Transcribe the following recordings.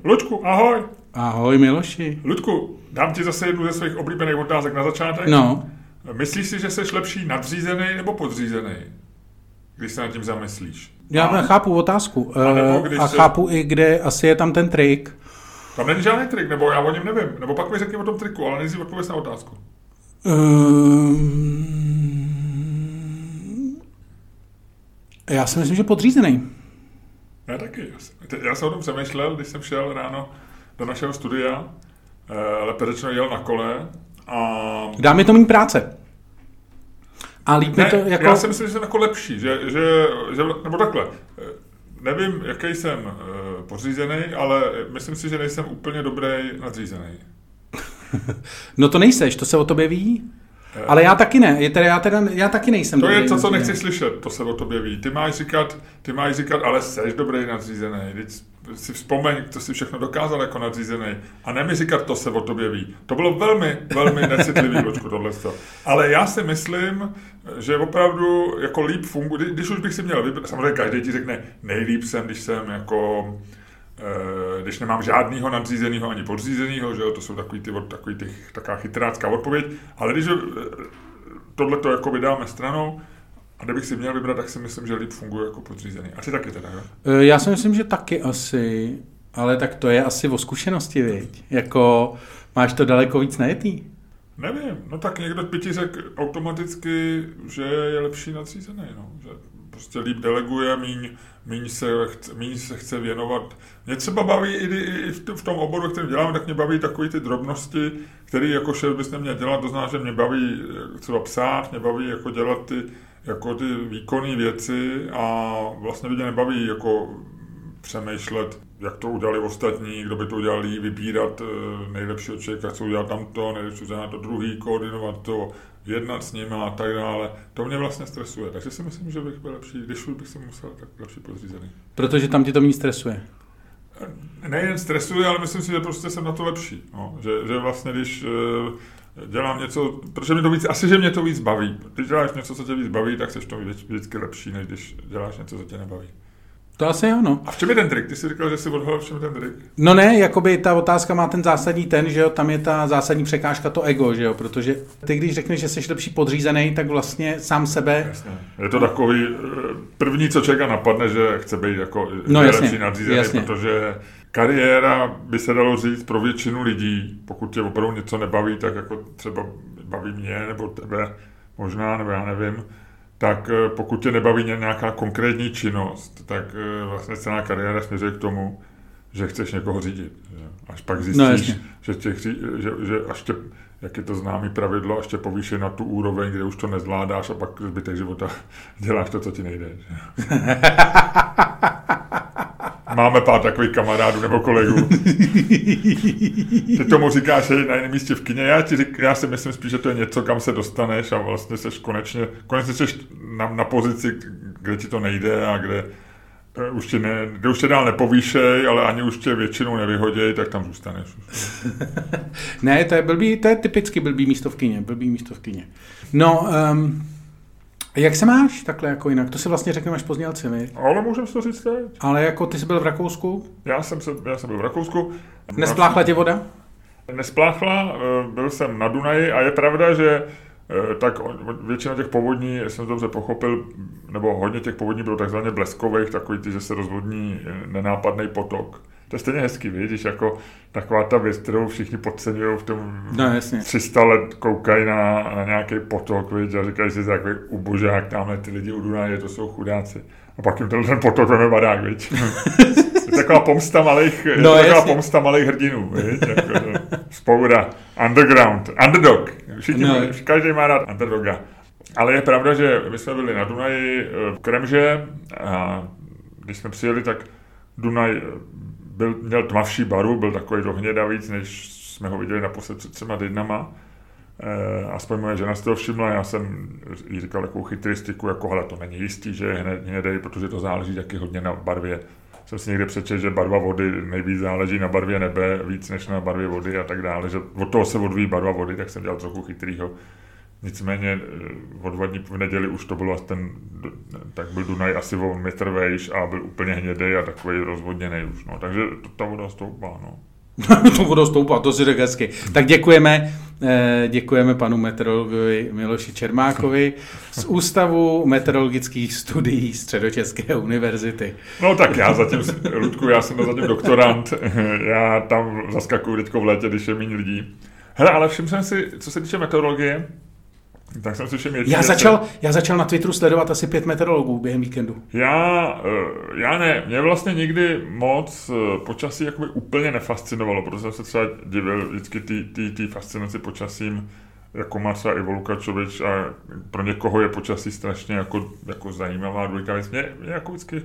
Luďku, ahoj. Ahoj, Miloši. Luďku, dám ti zase jednu ze svých oblíbených otázek na začátek. No. Myslíš si, že jsi lepší nadřízený nebo podřízený? Když se nad tím zamyslíš. Já chápu otázku. A chápu i, kde asi je tam ten trik. Tam není žádný trik, nebo já o něm nevím. Nebo pak mi řekni o tom triku, ale nejdřív odpověz na otázku. Já si myslím, že podřízený. Já taky. Já jsem o tom přemýšlel, když jsem šel ráno do našeho studia, lépe řečeno jel na kole a... Dá mi to méně práce. A líp mi to jako... Já si myslím, že jsem jako lepší, že nebo takhle, nevím, jaký jsem podřízený, ale myslím si, že nejsem úplně dobrý nadřízený. No to nejseš, to se o tobě ví. Ale já taky ne, já taky nejsem to dobrý. To je to, co nechci slyšet, to se o tobě ví. Ty máš říkat, ale seš dobrý nadřízený. Teď si vzpomeň, to si všechno dokázal jako nadřízený. A ne mi říkat, to se o tobě ví. To bylo velmi, velmi necitlivý, Ločku, tohleto. Ale já si myslím, že opravdu jako líp funguje, když už bych si měl vybrat, samozřejmě každý ti řekne, nejlíp jsem, když jsem jako... když nemám žádnýho nadřízenýho ani podřízenýho, že jo, to jsou taková chytrácká odpověď, ale když tohleto jako vydáme stranou a kdybych si měl vybrat, tak si myslím, že líp funguje jako podřízený. A ty taky teda, jo? Já si myslím, že taky asi, ale tak to je asi o zkušenosti, viď? Jako máš to daleko víc najetý? Nevím, no tak někdo by ti řekl automaticky, že je lepší nadřízený, no, že prostě líp deleguje, míň se chce věnovat. Mě třeba baví i v tom oboru, kterým dělám, tak mě baví takové ty drobnosti, které jako šéf bys neměl dělat, to znamená, že mě baví třeba psát, mě baví jako dělat ty výkonné věci a vlastně mě nebaví jako přemýšlet, jak to udělali ostatní, kdo by to udělal líp, vybírat nejlepšího člověka, co udělal tamto, nejlepší udělat to druhý, koordinovat to, jednat s nimi a tak dále. To mě vlastně stresuje, takže si myslím, že bych byl lepší, když už bych si musel, tak lepší podřízený. Protože tam ti to méně stresuje? Nejen stresuje, ale myslím si, že prostě jsem na to lepší. No, že vlastně, když dělám něco, protože mě to víc baví. Když děláš něco, co tě víc baví, tak seš to vždycky lepší, než když děláš něco, co tě nebaví. To asi jo, no. A v čem je ten trik? Ty jsi říkal, že jsi odhalil, v čem je ten trik? No ne, jakoby ta otázka má ten zásadní že jo, tam je ta zásadní překážka to ego, že jo, protože ty, když řekneš, že jsi lepší podřízený, tak vlastně sám sebe... Jasně. Je to takový první, co člověka napadne, že chce být jako lepší nadřízený, protože kariéra, by se dalo říct, pro většinu lidí, pokud tě opravdu něco nebaví, tak jako třeba baví mě nebo tebe možná, nebo já nevím, tak pokud tě nebaví nějaká konkrétní činnost, tak vlastně celá kariéra směřuje k tomu, že chceš někoho řídit. Že? Až pak zjistíš, že až tě, jak je to známý pravidlo, až tě povýší na tu úroveň, kde už to nezvládáš a pak zbytek života děláš to, co ti nejde. Že? Máme pár takových kamarádů nebo kolegů. Ty tomu říkáš, že je na jiném místě v kině. Já si myslím spíš, že to je něco, kam se dostaneš a vlastně seš konečně seš na pozici, kde ti to nejde a kde už tě dál nepovýšej, ale ani už tě většinou nevyhoděj, tak tam zůstaneš. Ne, to je blbý, to je typicky blbý místo v kině. No, jak se máš takhle jako jinak? To si vlastně řekneme až po znělci, my. Ale můžeme si to říct teď. Ale jako ty jsi byl v Rakousku? Já jsem byl v Rakousku. Nespláchla tě voda? Nespláchla, byl jsem na Dunaji a je pravda, že tak většina těch povodní, jsem dobře pochopil, nebo hodně těch povodní bylo takzvaně bleskových, takový ty, že se rozvodní nenápadný potok. To je stejně hezký, víš, jako taková ta věc, kterou všichni podceňují v tom 300 let koukají na nějaký potok, víš, a říkají si takový ubožák, tamhle ty lidi u Dunaje, to jsou chudáci. A pak jim ten potok veme vadák, víš. Je taková pomsta malých hrdinů, víš, jako spoura, underdog. Každý má rád underdoga. Ale je pravda, že my jsme byli na Dunaji v Kremže a když jsme přijeli, tak Dunaj měl tmavší barvu, byl takový dohnědavíc, než jsme ho viděli naposled před 3 dnama. Aspoň moje žena si toho všimla, já jsem jí říkal takovou chytristiku, jako hele, to není jistý, že je hnědej, protože to záleží taky hodně na barvě. Jsem si někde přečetl, že barva vody nejvíc záleží na barvě nebe, víc než na barvě vody a tak dále, že od toho se odvíjí barva vody, tak jsem dělal trochu chytrýho, Nicméně o 2 dní v neděli už to bylo tak byl Dunaj asi o metr vejš a byl úplně hnědý a takový rozvodněný už, no. Takže ta voda stoupá, no. To voda stoupá, to si řekl hezky. Tak děkujeme panu meteorologovi Miloši Čermákovi z Ústavu meteorologických studií Středočeské univerzity. No tak Ludku, já jsem zatím doktorant, já tam zaskakuju teďko v létě, když je méně lidí. Hele, ale všiml jsem si, co se týče meteorologie, tak jsem si všiml Já začal na Twitteru sledovat asi 5 meteorologů během víkendu. Já ne, mě vlastně nikdy moc počasí jakoby úplně nefascinovalo, protože jsem se třeba divil vždycky té fascinaci počasím, jako má třeba Ivo Lukačovič a pro někoho je počasí strašně jako zajímavá důležitá věc. Mě jako vždycky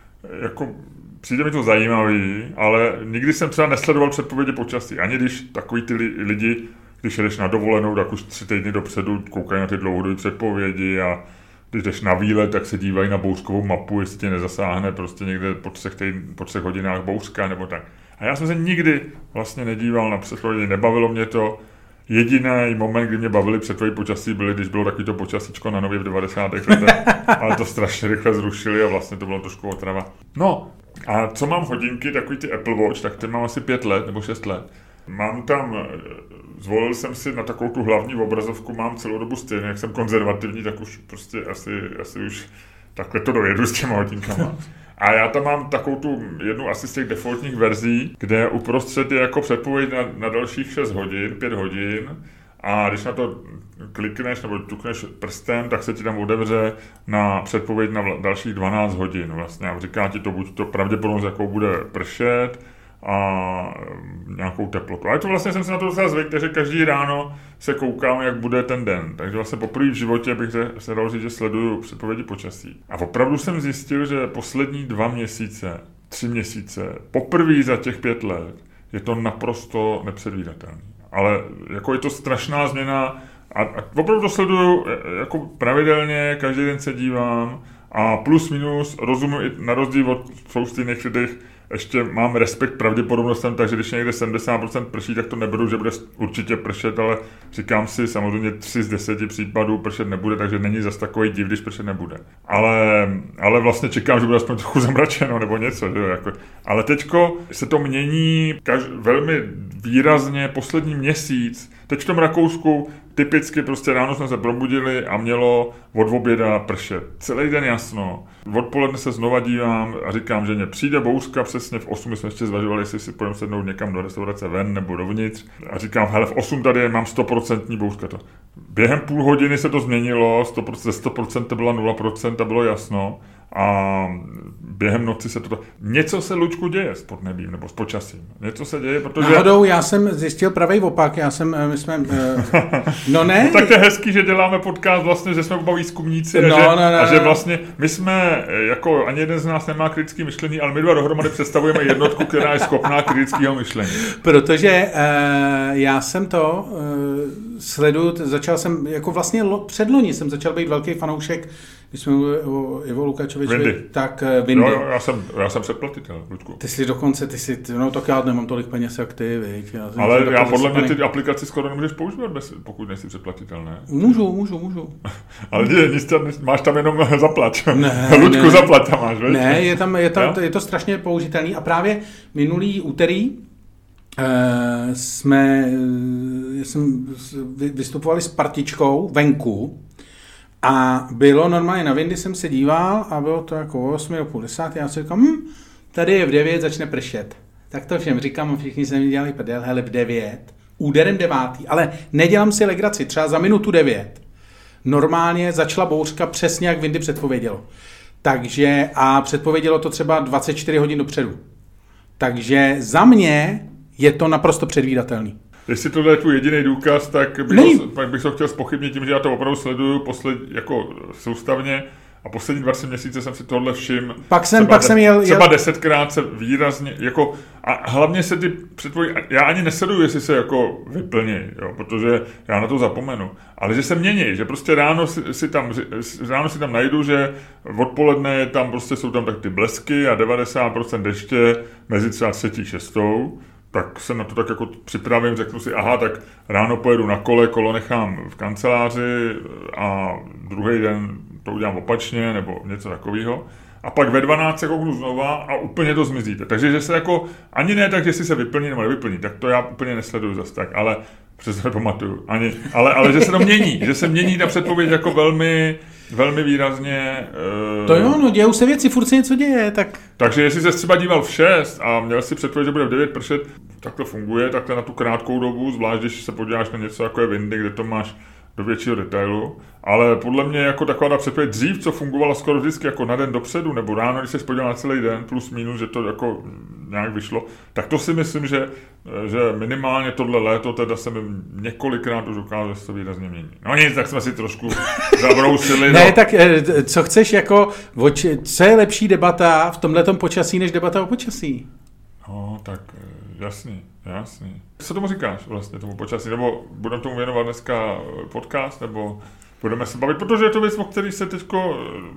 přijde mi to zajímavý, ale nikdy jsem třeba nesledoval předpovědi počasí, ani když takový ty lidi, když jdeš na dovolenou, tak už 3 týdny dopředu koukají na ty dlouhodobé předpovědi a když jdeš na výlet, tak se dívají na bouřkovou mapu, jestli tě nezasáhne prostě někde po 3 hodinách bouřka nebo tak. A já jsem se nikdy vlastně nedíval na předpovědi, nebavilo mě to. Jediný moment, kdy mě bavili předpovědi počasí, byly, když bylo takový to počasíčko na Nově v 90. letech, ale to strašně rychle zrušili a vlastně to bylo trošku otrava. No a co mám hodinky, takový ty Apple Watch, tak ty mám asi 5 let nebo 6 let. Mám tam, zvolil jsem si na takovou tu hlavní obrazovku, mám celou dobu stejně, jak jsem konzervativní, tak už prostě asi už takhle to dojedu s těma hodinkama. A já tam mám takovou tu jednu asi z těch defaultních verzí, kde uprostřed je jako předpověď na dalších 6 hodin, 5 hodin a když na to klikneš nebo ťukneš prstem, tak se ti tam otevře na předpověď na dalších 12 hodin vlastně a říká ti to buď to pravděpodobnost, jakou bude pršet, a nějakou teplotu. Ale to vlastně jsem se na to docela zvyk, takže každý ráno se koukám, jak bude ten den. Takže vlastně poprvé v životě bych se dal říct, že sleduju předpovědi počasí. A opravdu jsem zjistil, že poslední 2 měsíce, 3 měsíce, poprvé za těch 5 let je to naprosto nepředvídatelné. Ale jako je to strašná změna a opravdu to sleduju jako pravidelně, každý den se dívám a plus minus rozumím i na rozdíl od spousty jiných lidí, ještě mám respekt pravděpodobnostem, takže když někde 70% prší, tak to neberu, že bude určitě pršet, ale říkám si, samozřejmě 3 z 10 případů pršet nebude, takže není zas takový div, když pršet nebude. Ale vlastně čekám, že bude aspoň trochu zamračeno nebo něco. Že? Jako. Ale teďko se to mění velmi výrazně poslední měsíc. Teď v tom Rakousku typicky prostě ráno jsme se probudili a mělo od oběda pršet. Celý den jasno. Odpoledne se znova dívám a říkám, že mě přijde bouřka přesně v 8, jsme ještě zvažovali, jestli si půjdeme sednout někam do restaurace ven nebo dovnitř. A říkám, hele, v 8 tady mám 100% bouřka. Během půl hodiny se to změnilo, 100% to byla 0% a bylo jasno. A během noci se to... Něco se, Lučku, děje s podnebím nebo s počasím. Něco se děje, protože... Náhodou já jsem zjistil pravý opak. No ne? No, tak to je hezký, že děláme podcast vlastně, že jsme oba výzkumníci a že vlastně my jsme, jako ani jeden z nás nemá kritické myšlení, ale my dva dohromady představujeme jednotku, která je schopná kritického myšlení. Protože já jsem to sleduju, začal jsem, jako vlastně předloni jsem začal být velký fanoušek, když jsme mluvili o Ivo Lukačovičovi, tak Windy. Jo, já jsem předplatitel, Ludku. Ty jsi, no tak já nemám tolik peněz jak ty, viď. Ale já podle mě ty aplikaci skoro nemůžeš používat, pokud nejsi předplatitel, ne? Můžu. Ale máš tam jenom zaplať. Ludku, zaplať tam máš, viď? Ne, je to strašně použitelný a právě minulý úterý jsme vystupovali s partičkou venku a bylo normálně na Windy, jsem se díval a bylo to jako 8 do půl 10. Já si říkám, tady je v 9, začne pršet. Tak to všem říkám, všichni se mi dělali prdel, hele v 9, úderem 9, ale nedělám si legraci, třeba za minutu 9. Normálně začala bouřka přesně, jak Windy předpovědělo. Takže a předpovědělo to třeba 24 hodin dopředu. Takže za mě je to naprosto předvídatelný. Jestli tohle je tvůj jediný důkaz, tak bych to chtěl zpochybnit tím, že já to opravdu sleduju jako soustavně a poslední 2 měsíce jsem si tohle všiml. Pak jsem jel... Třeba 10krát se výrazně, jako, a hlavně se ty předpovědi, já ani nesleduju, jestli se jako vyplní, jo, protože já na to zapomenu, ale že se mění, že prostě ráno si tam najdu, že odpoledne tam prostě jsou tam tak ty blesky a 90% deště mezi třeba 3. a 6. tak se na to tak jako připravím, řeknu si, aha, tak ráno pojedu na kole, kolo nechám v kanceláři a druhý den to udělám opačně nebo něco takového. A pak ve 12 se kouknu znova a úplně to zmizíte. Takže že se jako, ani ne tak, že si se vyplní nebo nevyplní, tak to já úplně nesleduju zase tak, ale přesně nepamatuju. Ale že se to mění, že se mění ta předpověď jako velmi, velmi výrazně. To jo, no dějou se věci, furt se něco děje, tak. Takže jestli se třeba díval v 6 a měl si předpověď, že bude v 9 pršet, tak to funguje, takhle na tu krátkou dobu, zvlášť když se podíváš na něco jako je Windy, kde to máš do většího detailu, ale podle mě jako taková předpověď dřív, co fungovala skoro vždycky jako na den dopředu, nebo ráno, když se podíval na celý den, plus minus, že to jako nějak vyšlo, tak to si myslím, že minimálně tohle léto teda se mi několikrát už ukázalo, že se to výrazně mění. No nic, tak jsme si trošku zabrousili. Ne, tak co chceš jako, co je lepší debata v tomhletom počasí, než debata o počasí? No, tak jasný. Co tomu říkáš vlastně, tomu počasí? Nebo budeme tomu věnovat dneska podcast, nebo budeme se bavit? Protože je to věc, o který se teďko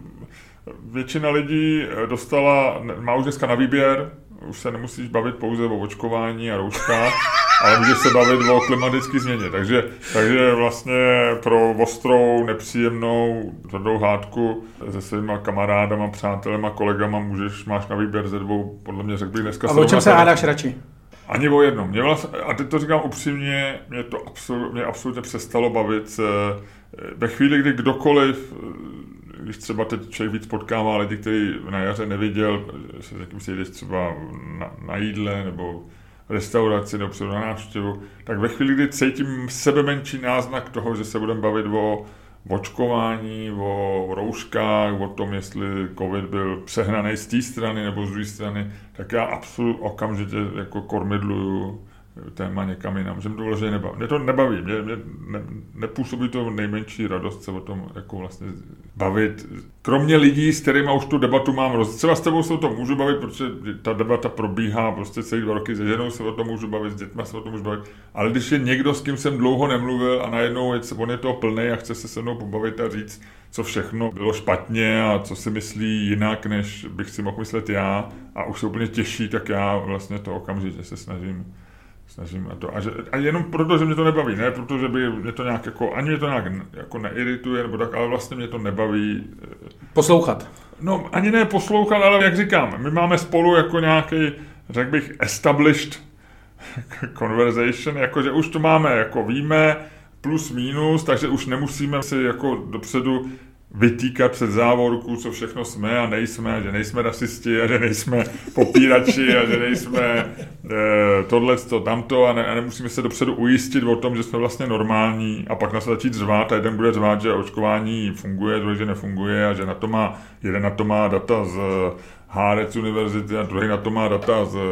většina lidí dostala, má už dneska na výběr, už se nemusíš bavit pouze o očkování a rouškách, ale můžeš se bavit o klimatické změně. Takže vlastně pro ostrou, nepříjemnou, tvrdou hádku se svýma kamarádama, přátelema, kolegama máš na výběr ze dvou, podle mě řekl bych dneska. A o čem se hádáš radši? Ani o jednom. A teď to říkám upřímně, mě absolutně přestalo bavit. Ve chvíli, kdy kdokoliv, když třeba teď člověk víc potkává lidi, který na jaře neviděl, se řekým si jdeš třeba na jídle nebo restauraci nebo přijdu na návštěvu, tak ve chvíli, kdy cítím sebe menší náznak toho, že se budeme bavit o očkování, o rouškách, o tom, jestli covid byl přehnaný z té strany nebo z druhé strany, tak já absolutně okamžitě jako kormidluju téma někam jinam, že mě to vloženě nebaví. Mě to nebaví, mě nepůsobí to nejmenší radost se o tom jako vlastně bavit. Kromě lidí, s kterými už tu debatu mám třeba s tebou se o tom můžu bavit, protože ta debata probíhá prostě celý 2 roky, se ženou se o tom můžu bavit, s dětma se o tom můžu bavit, ale když je někdo, s kým jsem dlouho nemluvil a najednou on je toho plnej a chce se se mnou pobavit a říct, co všechno bylo špatně a co si myslí jinak, než bych si mohl myslet já a už se úplně těší, tak já vlastně to okamžitě se snažím a to. A jenom proto, že mě to nebaví, ne protože by mě to nějak jako, ani mě to nějak jako neirituje, nebo tak, ale vlastně mě to nebaví. Poslouchat. No, ani ne poslouchat, ale jak říkám, my máme spolu jako nějaký, řekl bych, established conversation, jakože už to máme, jako víme, plus minus, takže už nemusíme si jako dopředu vytýkat před závorku, co všechno jsme a nejsme, a že nejsme rasisti a že nejsme popírači a že nejsme tohleto, tamto a nemusíme se dopředu ujistit o tom, že jsme vlastně normální a pak nás začít řvát a jeden bude řvát, že očkování funguje, druhý, že nefunguje a že jeden na to má data z Harvard univerzity a druhý na to má data z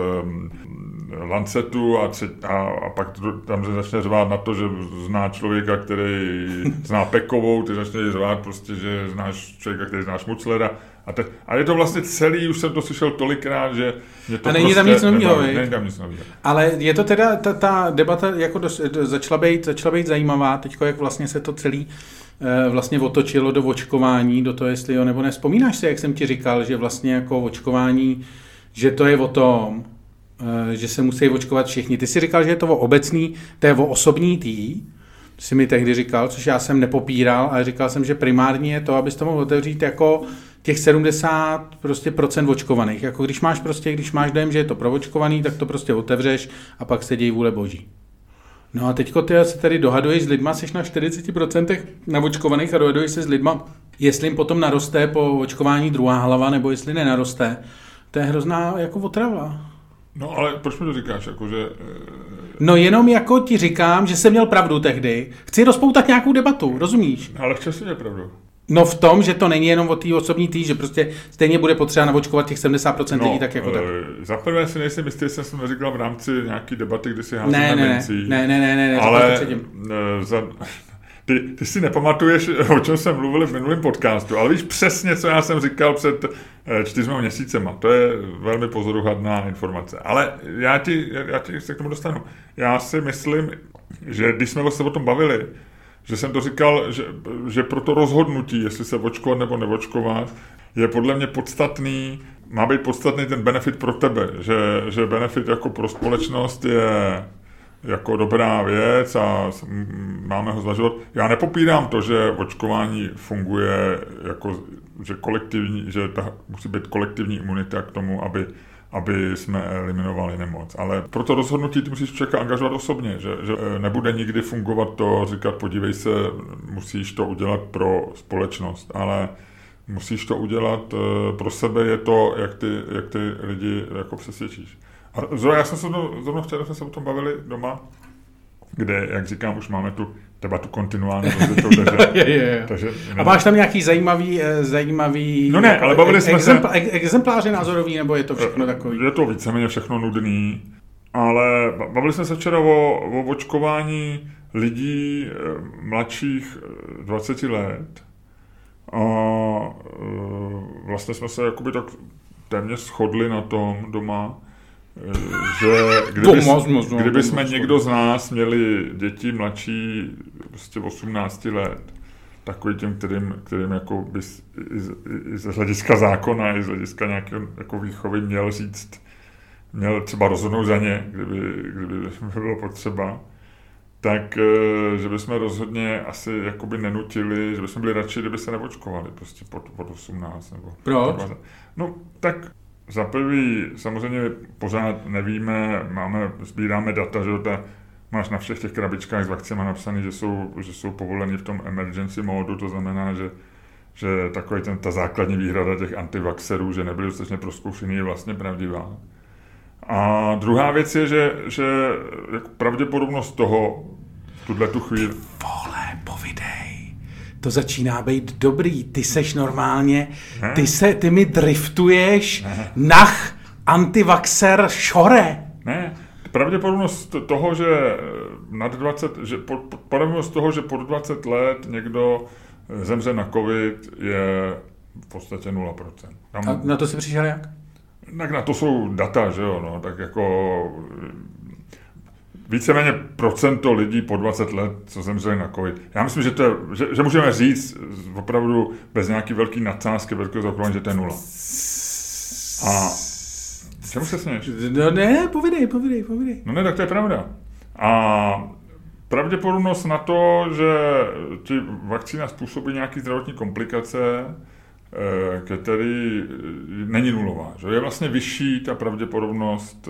Lancetu a pak tam se začne řvát na to, že zná člověka, který zná Pekovou, ty začne řvát prostě, že znáš člověka, který zná Šmuclera. A je to vlastně celý, už jsem to slyšel tolikrát, že mě to a není tam nic nového, není tam nic nového. Ale je to teda, ta debata jako začala být zajímavá, teďko jak vlastně se to celý vlastně otočilo do očkování, do toho, jestli jo nebo ne. Vzpomínáš si, jak jsem ti říkal, že vlastně jako očkování, že to je o tom, že se musí očkovat všichni. Ty jsi říkal, že je to o obecný, to je o osobní jsi mi tehdy říkal, což já jsem nepopíral, ale říkal jsem, že primárně je to, abys to mohl otevřít jako těch 70% očkovaných. Jako když máš dojem, že je to proočkovaný, tak to prostě otevřeš a pak se dějí vůle boží. No a teďko ty se tady dohaduješ s lidma, jsi na 40% naočkovaných a dohaduješ se s lidma, jestli jim potom naroste po očkování druhá hlava, nebo jestli nenaroste. To je hrozná jako otrava. No ale proč mi to říkáš, jakože... No jenom jako ti říkám, že jsem měl pravdu tehdy. Chci rozpoutat nějakou debatu, rozumíš? Ale v čem jsi měl pravdu? No v tom, že to není jenom o té osobní že prostě stejně bude potřeba naočkovat těch 70% lidí tak jako tak. Za prvé si nejsem jistý, jsem to neříkal v rámci nějaký debaty, kdy si házíme mincí. Ne, ale ty si nepamatuješ, o čem jsme mluvili v minulém podcastu, ale víš přesně, co já jsem říkal před 4 měsícema. To je velmi pozoruhodná informace. Ale já ti se k tomu dostanu. Já si myslím, že když jsme se o tom bavili, že jsem to říkal, že pro to rozhodnutí, jestli se očkovat nebo neočkovat, je podle mě podstatný má být podstatný ten benefit pro tebe, že benefit jako pro společnost je jako dobrá věc a máme ho zvažovat. Já nepopírám to, že očkování funguje jako, že musí být kolektivní imunita k tomu, aby jsme eliminovali nemoc. Ale pro to rozhodnutí ty musíš člověka angažovat osobně, že nebude nikdy fungovat to, říkat podívej se, musíš to udělat pro společnost, ale musíš to udělat pro sebe, je to, jak ty lidi jako přesvědčíš. A já jsem se zrovna včera jsme se o tom bavili doma, kde, jak říkám, už máme tu debatu kontinuálně rozjetou, takže a máš tam nějaký zajímavý no ne, ale bavili jsme exempláře názorový, nebo je to všechno takový? Je to víceméně všechno nudný, ale bavili jsme se včera o očkování lidí mladších 20 let a vlastně jsme se jakoby tak téměř shodli na tom doma, že kdyby jsme někdo z nás měli děti mladší prostě 18 let, takový těm, kterým jako by i z hlediska zákona, i z hlediska nějakého jako výchovy měl třeba rozhodnout za ně, kdyby bylo potřeba, tak že bychom rozhodně asi jakoby nenutili, že bychom byli radši, kdyby se neočkovali prostě pod 18 nebo... Proč? No tak za prvý, samozřejmě pořád nevíme, sbíráme data, že máš na všech těch krabičkách s vakcínami napsané, že jsou povolený v tom emergency módu, to znamená, že takový ta základní výhrada těch antivaxerů, že nebyli dostatečně prozkoušený, je vlastně pravdivá. A druhá věc je, že pravděpodobnost toho v tuhletu chvíli... Vole, povidej. To začíná být dobrý. Ty seš normálně, ty mi driftuješ nach antivaxer šore. Ne, pravděpodobnost toho, že pravděpodobnost toho, že pod 20 let někdo zemře na covid, je v podstatě 0%. A na to jsi přišel jak? Tak na to jsou data, že jo, no, tak jako víceméně procento lidí po 20 let, co zemřeli na covid. Já myslím, že můžeme říct opravdu bez nějaký velký nadsázky, velkého zachováním, že to je 0. A čemu se směješ? No ne, povídej. No ne, tak to je pravda. A pravděpodobnost na to, že ti vakcína způsobí nějaké zdravotní komplikace, který není nulová. Že? Je vlastně vyšší ta pravděpodobnost.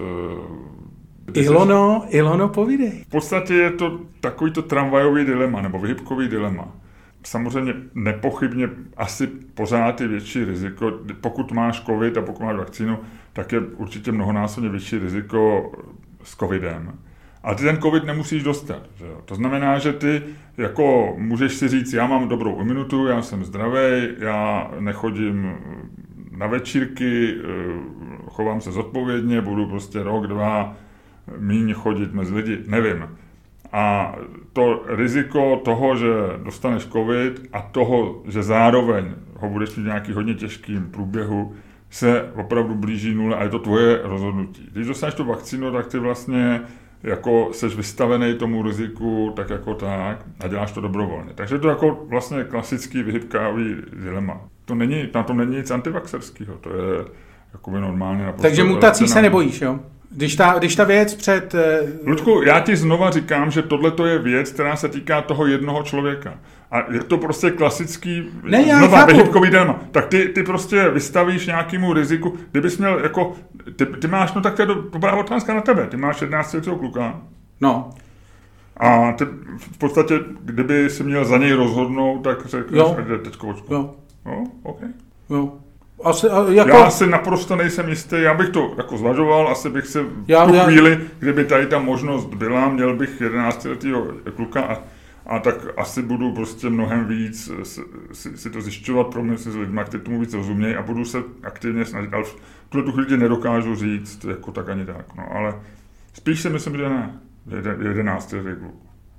Ilono, povídej. V podstatě je to takovýto tramvajový dilema, nebo vyhybkový dilema. Samozřejmě nepochybně asi pořád je větší riziko. Pokud máš covid a pokud máš vakcínu, tak je určitě mnohonásobně větší riziko s covidem. A ty ten covid nemusíš dostat. Že jo? To znamená, že ty jako můžeš si říct, já mám dobrou imunitu, já jsem zdravý, já nechodím na večírky, chovám se zodpovědně, budu prostě rok, 2 míň chodit mezi lidi, nevím. A to riziko toho, že dostaneš covid a toho, že zároveň ho budeš mít v nějaký hodně těžkým průběhu, se opravdu blíží 0 a je to tvoje rozhodnutí. Když dostaneš tu vakcínu, tak ty vlastně jako seš vystavený tomu riziku tak jako tak a děláš to dobrovolně. Takže to je jako vlastně klasický vyhybkávý dilema. Na tom není nic antivaxerského, to je jakoby normálně naprosto... Takže mutací se nebojíš, jo? Když ta věc před... Ludku, já ti znova říkám, že tohle je věc, která se týká toho jednoho člověka. A je to prostě klasický vyhybkový dilema. Tak ty prostě vystavíš nějakému riziku. Kdybys měl jako... Ty máš, no tak to je dobrá otázka na tebe. Ty máš 11letého kluka. No. A ty v podstatě, kdyby si měl za něj rozhodnout, tak řekneš, že teďko očku. Jo. Jo, OK. Jo. Já si naprosto nejsem jistý, já bych to jako zvažoval, asi bych si v tu chvíli, kdyby tady ta možnost byla, měl bych 11letého kluka a tak asi budu prostě mnohem víc si to zjišťovat, promluvit si s lidmi, kteří tomu víc rozumějí a budu se aktivně snažit, ale v tuto chvíli nedokážu říct jako tak ani tak, no, ale spíš si myslím, že ne, 11letý kluk.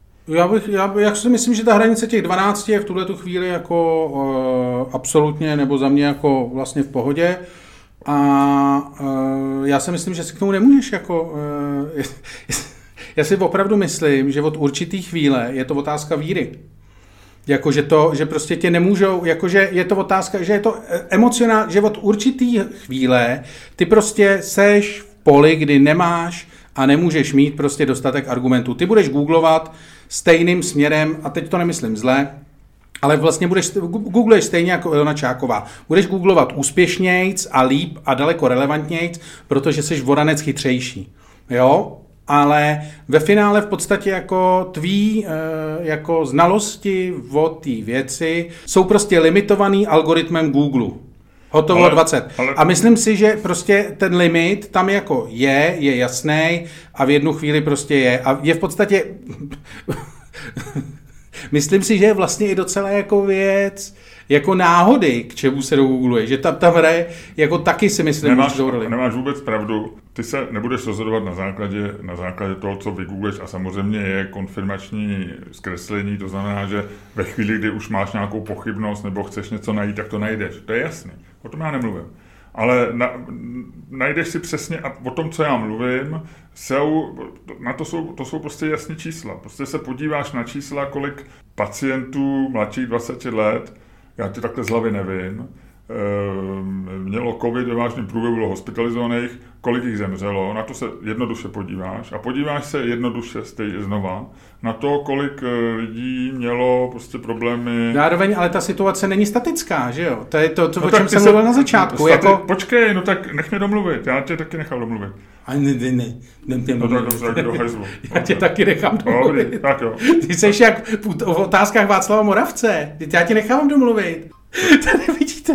Já si myslím, že ta hranice těch 12 je v tuhletu chvíli jako absolutně, nebo za mě jako vlastně v pohodě. A já si myslím, že si k tomu nemůžeš jako... Já si opravdu myslím, že od určitý chvíle je to otázka víry. Jako, že prostě tě nemůžou, jakože je to otázka, že je to emocionální, že od určitý chvíle ty prostě seš v poli, kdy nemáš a nemůžeš mít prostě dostatek argumentů. Ty budeš googlovat stejným směrem, a teď to nemyslím zle, ale vlastně googluješ stejně jako Ilona Čáková. Budeš googlovat úspěšnějc a líp a daleko relevantnějc, protože seš vodanec chytřejší. Jo? Ale ve finále v podstatě jako tvý jako znalosti o té věci jsou prostě limitovaný algoritmem Google. Hotovo 20. A myslím si, že prostě ten limit tam jako je jasný a v jednu chvíli prostě je. A je v podstatě... Myslím si, že je vlastně i docela jako věc, jako náhody, k čemu se dogoogluje, že tam hraje, jako taky si myslím, nemáš vůbec pravdu. Ty se nebudeš rozhodovat na základě toho, co vygoogleš, a samozřejmě je konfirmační zkreslení, to znamená, že ve chvíli, kdy už máš nějakou pochybnost nebo chceš něco najít, tak to najdeš. To je jasný, o tom já nemluvím. Ale najdeš si přesně, a o tom, co já mluvím, to jsou prostě jasný čísla. Prostě se podíváš na čísla, kolik pacientů mladších 20 let, já ti takhle z hlavy nevím, mělo covid, ve vážném průběhu bylo hospitalizovaných, kolik jich zemřelo, na to se jednoduše podíváš a podíváš se jednoduše znova na to, kolik lidí mělo prostě problémy. Zároveň, ale ta situace není statická, že jo? To je to o čem jsem mluvil na začátku. Počkej, no tak nech mě domluvit, já tě taky nechal domluvit. A ne. No tak dobře, do hajzlu. Já tě taky nechám domluvit. Dobrý, tak jo. Ty seš jak v otázkách Václava Moravce. Já tě nechám domluvit. Tady vidíte,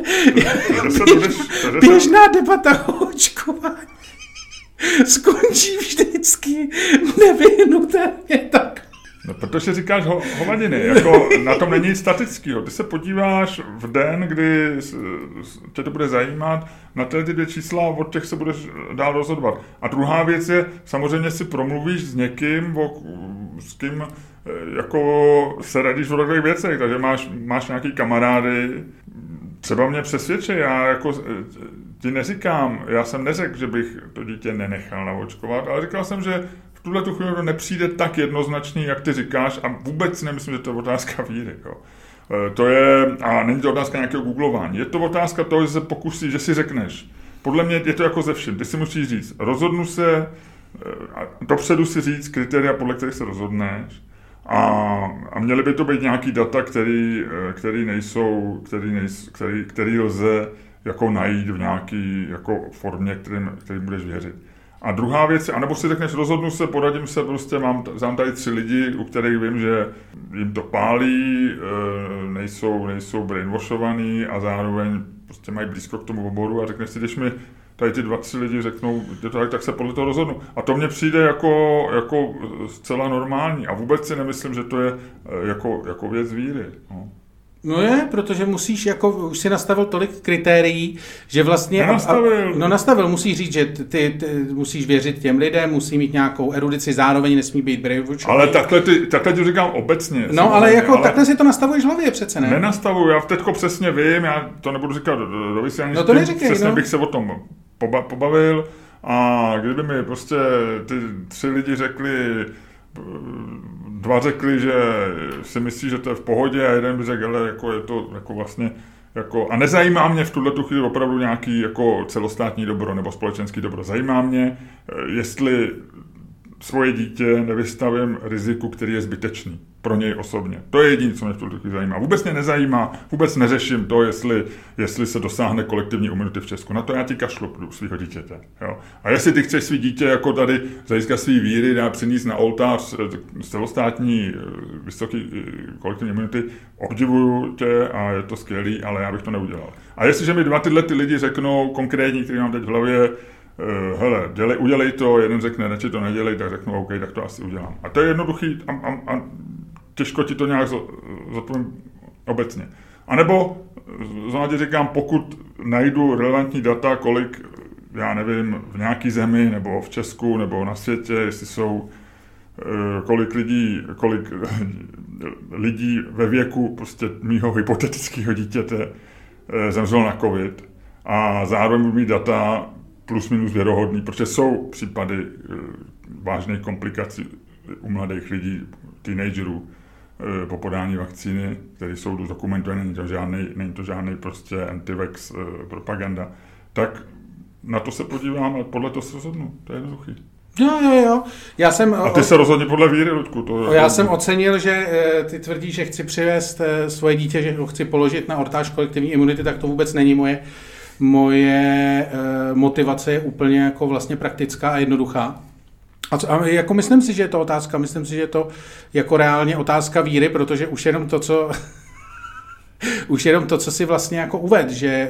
běžná debata o očkování skončí vždycky nevyhnutelně tak. No, protože říkáš hovadiny, jako na tom není nic statického. Ty se podíváš v den, kdy tě to bude zajímat, na ty dvě čísla, od těch se budeš dál rozhodovat. A druhá věc je, samozřejmě si promluvíš s někým, s kým jako se radíš o takových věcech, takže máš nějaký kamarády, třeba mě přesvědčí, já jako ti neříkám, já jsem neřekl, že bych to dítě nenechal naočkovat, ale říkal jsem, že v tuhle tu chvíli to nepřijde tak jednoznačný, jak ty říkáš, a vůbec nemyslím, že to je otázka víry. Jo. To je, a není to otázka nějakého googlování, je to otázka toho, že se pokusíš, že si řekneš. Podle mě je to jako ze vším, ty si musíš říct, rozhodnu se, dopředu si říct kritéria, podle kterých se rozhodneš, a měly by to být nějaký data, který lze jako najít v nějaký jako formě, kterým budeš věřit. A druhá věc je, anebo si řekneš, rozhodnu se, poradím se, prostě mám tady 3 lidi, u kterých vím, že jim to pálí, nejsou brainwashovaný a zároveň prostě mají blízko k tomu oboru, a řekneš si, když mi tady ty 2-3 lidi řeknou, tak se podle toho rozhodnu. A to mně přijde jako zcela normální. A vůbec si nemyslím, že to je jako věc víry. No je, protože musíš, jako už si nastavil tolik kritérií, že vlastně... Nastavil, musíš říct, že ty musíš věřit těm lidem, musí mít nějakou erudici, zároveň nesmí být brainwashovaný. Ale takhle ti říkám obecně. No, ale takhle si to nastavuješ v hlavě přece, ne? Nenastavuju, já teďko přesně vím, já to nebudu říkat do vysílání, no to neříkej, přesně bych se o tom pobavil, a kdyby mi prostě ty 3 lidi řekli, 2 řekli, že si myslí, že to je v pohodě, a jeden by řekl, ale jako je to jako vlastně jako, a nezajímá mě v tuto chvíli opravdu nějaký jako celostátní dobro nebo společenský dobro. Zajímá mě, jestli svoje dítě nevystavím riziku, který je zbytečný pro něj osobně. To je jediné, co mě v tuto chvíli zajímá. Vůbec mě nezajímá, vůbec neřeším to, jestli se dosáhne kolektivní imunity v Česku. Na to já ti kašlu u svého dítěte. Jo? A jestli ty chceš svý dítě jako tady z hlediska svý víry dá přinést na oltář celostátní vysoký kolektivní imunity, obdivuju tě a je to skvělý, ale já bych to neudělal. A jestliže mi 2 tyhle ty lidi řeknou konkrétní, který mám teď v hlavě, hele, udělej to, jeden řekne, radši to nedělej, tak řeknu, OK, tak to asi udělám. A to je jednoduchý a těžko ti to nějak zodpovím obecně. A nebo, znovu říkám, pokud najdu relevantní data, kolik, já nevím, v nějaký zemi, nebo v Česku, nebo na světě, jestli jsou, kolik lidí ve věku prostě mýho hypotetického dítěte zemřelo na covid, a zároveň budu mít data plus minus věrohodný, protože jsou případy vážných komplikací u mladých lidí, teenagerů, po podání vakcíny, které jsou dokumentované, není to žádný prostě anti-vax propaganda, tak na to se podívám a podle toho se rozhodnu. To je jednoduchý. Jo. A ty se rozhodně podle víry, Ludku. Já jsem ocenil, že ty tvrdíš, že chci přivést svoje dítě, že ho chci položit na ortáž kolektivní imunity, tak to vůbec není moje motivace je úplně jako vlastně praktická a jednoduchá. A jako myslím si, že je to jako reálně otázka víry, protože už jenom to, co si vlastně jako uved, že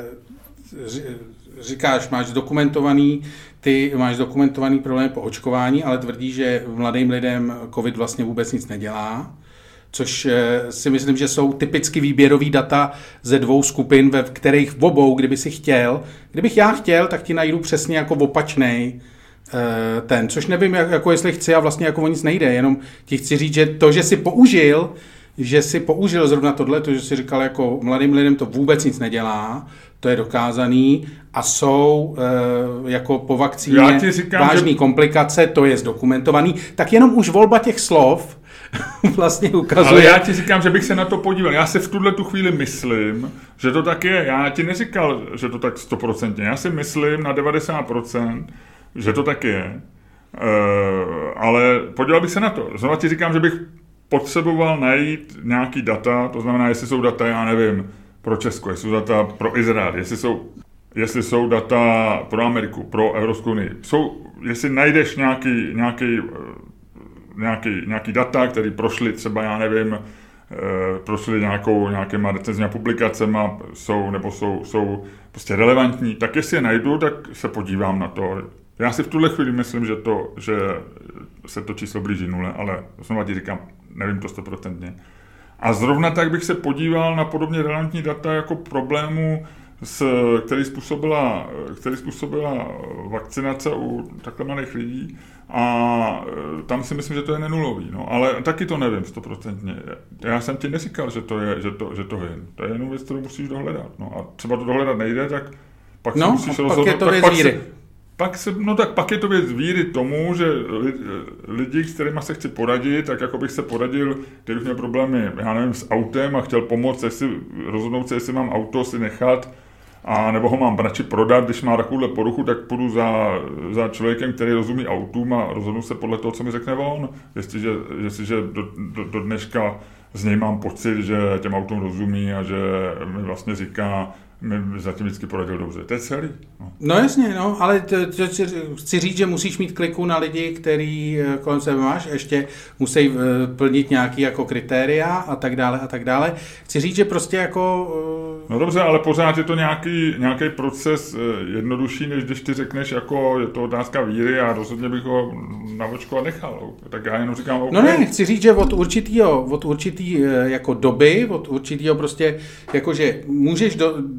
říkáš, máš dokumentovaný problém po očkování, ale tvrdí, že mladým lidem covid vlastně vůbec nic nedělá, což si myslím, že jsou typicky výběrový data ze 2 skupin, ve kterých v obou, kdybych já chtěl, tak ti najdu přesně jako opačnej což nevím, jako jestli chci a vlastně jako o nic nejde, jenom ti chci říct, že to, že si použil zrovna tohle, to, že si říkal, jako mladým lidem to vůbec nic nedělá, to je dokázaný a jsou jako po vakcíně vážný komplikace, to je zdokumentovaný, tak jenom už volba těch slov vlastně ukazuje. Ale já ti říkám, že bych se na to podíval. Já si v tu chvíli myslím, že to tak je. Já ti neříkal, že to tak 100%. Já si myslím na 90%, že to tak je. Ale podíval bych se na to. Znovu ti říkám, že bych potřeboval najít nějaký data, to znamená, jestli jsou data, já nevím, pro Česko, jestli jsou data pro Izrael, jestli jsou data pro Ameriku, pro Evropskou unii. Jestli najdeš nějaký data, které prošly třeba, já nevím, prošly nějakýma recenzníma publikacema, jsou prostě relevantní, tak jestli je najdu, tak se podívám na to. Já si v tuhle chvíli myslím, že se to číslo blíží 0, ale znovu ti říkám, nevím to 100%. A zrovna tak bych se podíval na podobně relevantní data jako problému, který způsobila vakcinace u takhle malých lidí, a tam si myslím, že to je nenulový, no, ale taky to nevím 100%. Já jsem ti neříkal, že to vím. To je jenom věc, kterou musíš dohledat. No, a třeba to dohledat nejde, tak pak si musíš rozhodnout. Pak je to věc víry. Pak je to věc víry tomu, že lidi, s kterými se chci poradit, tak jako bych se poradil, když měl problémy, já nevím, s autem a chtěl pomoct, rozhodnout se, jestli mám auto si nechat, a nebo ho mám radši prodat, když má takovouhle poruchu, tak půjdu za člověkem, který rozumí autům a rozhodnu se podle toho, co mi řekne on. Jestliže do dneška z něj mám pocit, že těm autům rozumí a že mi vlastně říká, mi zatím vždycky poradil dobře. To je celý. No jasně, ale chci říct, že musíš mít kliku na lidi, který kolem sebe máš, ještě musí plnit nějaký jako kritéria a tak dále. Chci říct, že prostě jako... No dobře, ale pořád je to nějaký proces jednodušší, než když ty řekneš, jako je to otázka víry a rozhodně bych ho naočkovat nechal. Tak já jenom říkám... No ne, chci říct, že od určitý jako doby, od určitýho prostě, jakože můžeš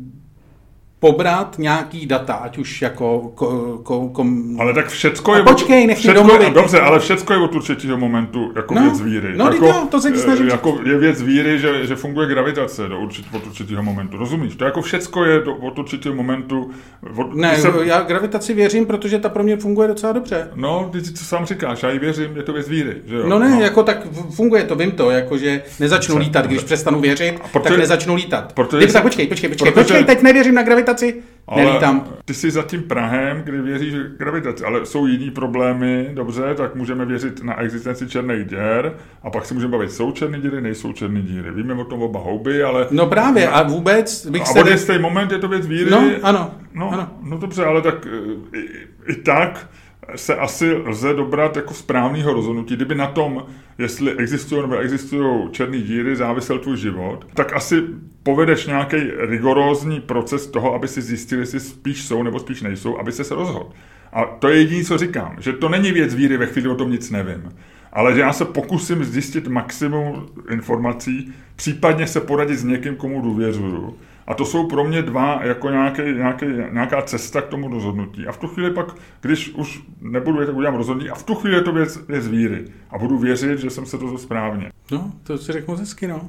pobrat nějaký data, ať už jako... Ale tak všecko je... Počkej, nech mě domluvit. Dobře, ale všecko je od určitého momentu jako věc víry. No, jako, to se ti snažím. Jako je věc víry, že funguje gravitace od určitého momentu. Rozumíš? To jako všecko je od určitého momentu... Já gravitaci věřím, protože ta pro mě funguje docela dobře. No, ty co sám říkáš, já jí věřím, je to věc víry. Že jo? No, jako tak funguje to, vím to, jakože nezačnu lítat, když přestanu věřit, tak nezačnu lítat. Tak počkej, teď nevěřím na gravitaci. Ale ty jsi za tím Prahem, kdy věříš gravitaci, ale jsou jiný problémy, dobře, tak můžeme věřit na existenci černých děr a pak si můžeme bavit, jsou černé díry, nejsou černé díry. Víme o tom oba houby, ale... No právě, a vůbec bych se... A v stejný moment je to věc víry? No, ano. No dobře, ale tak i tak se asi lze dobrat jako správného rozhodnutí. Kdyby na tom, jestli existují nebo existují černé díry, závisel tvůj život, tak asi povedeš nějaký rigorózní proces toho, aby si zjistil, jestli spíš jsou nebo spíš nejsou, aby se rozhodl. A to je jediné, co říkám, že to není věc víry, ve chvíli o tom nic nevím. Ale že já se pokusím zjistit maximum informací, případně se poradit s někým, komu důvěřuju. A to jsou pro mě dva jako nějaká cesta k tomu rozhodnutí. A v tu chvíli pak, když už nebudu vědět, tak udělám rozhodnutí, a v tu chvíli je to věc víry. A budu věřit, že jsem se rozhodl správně. No, to si řeknu hezky, no.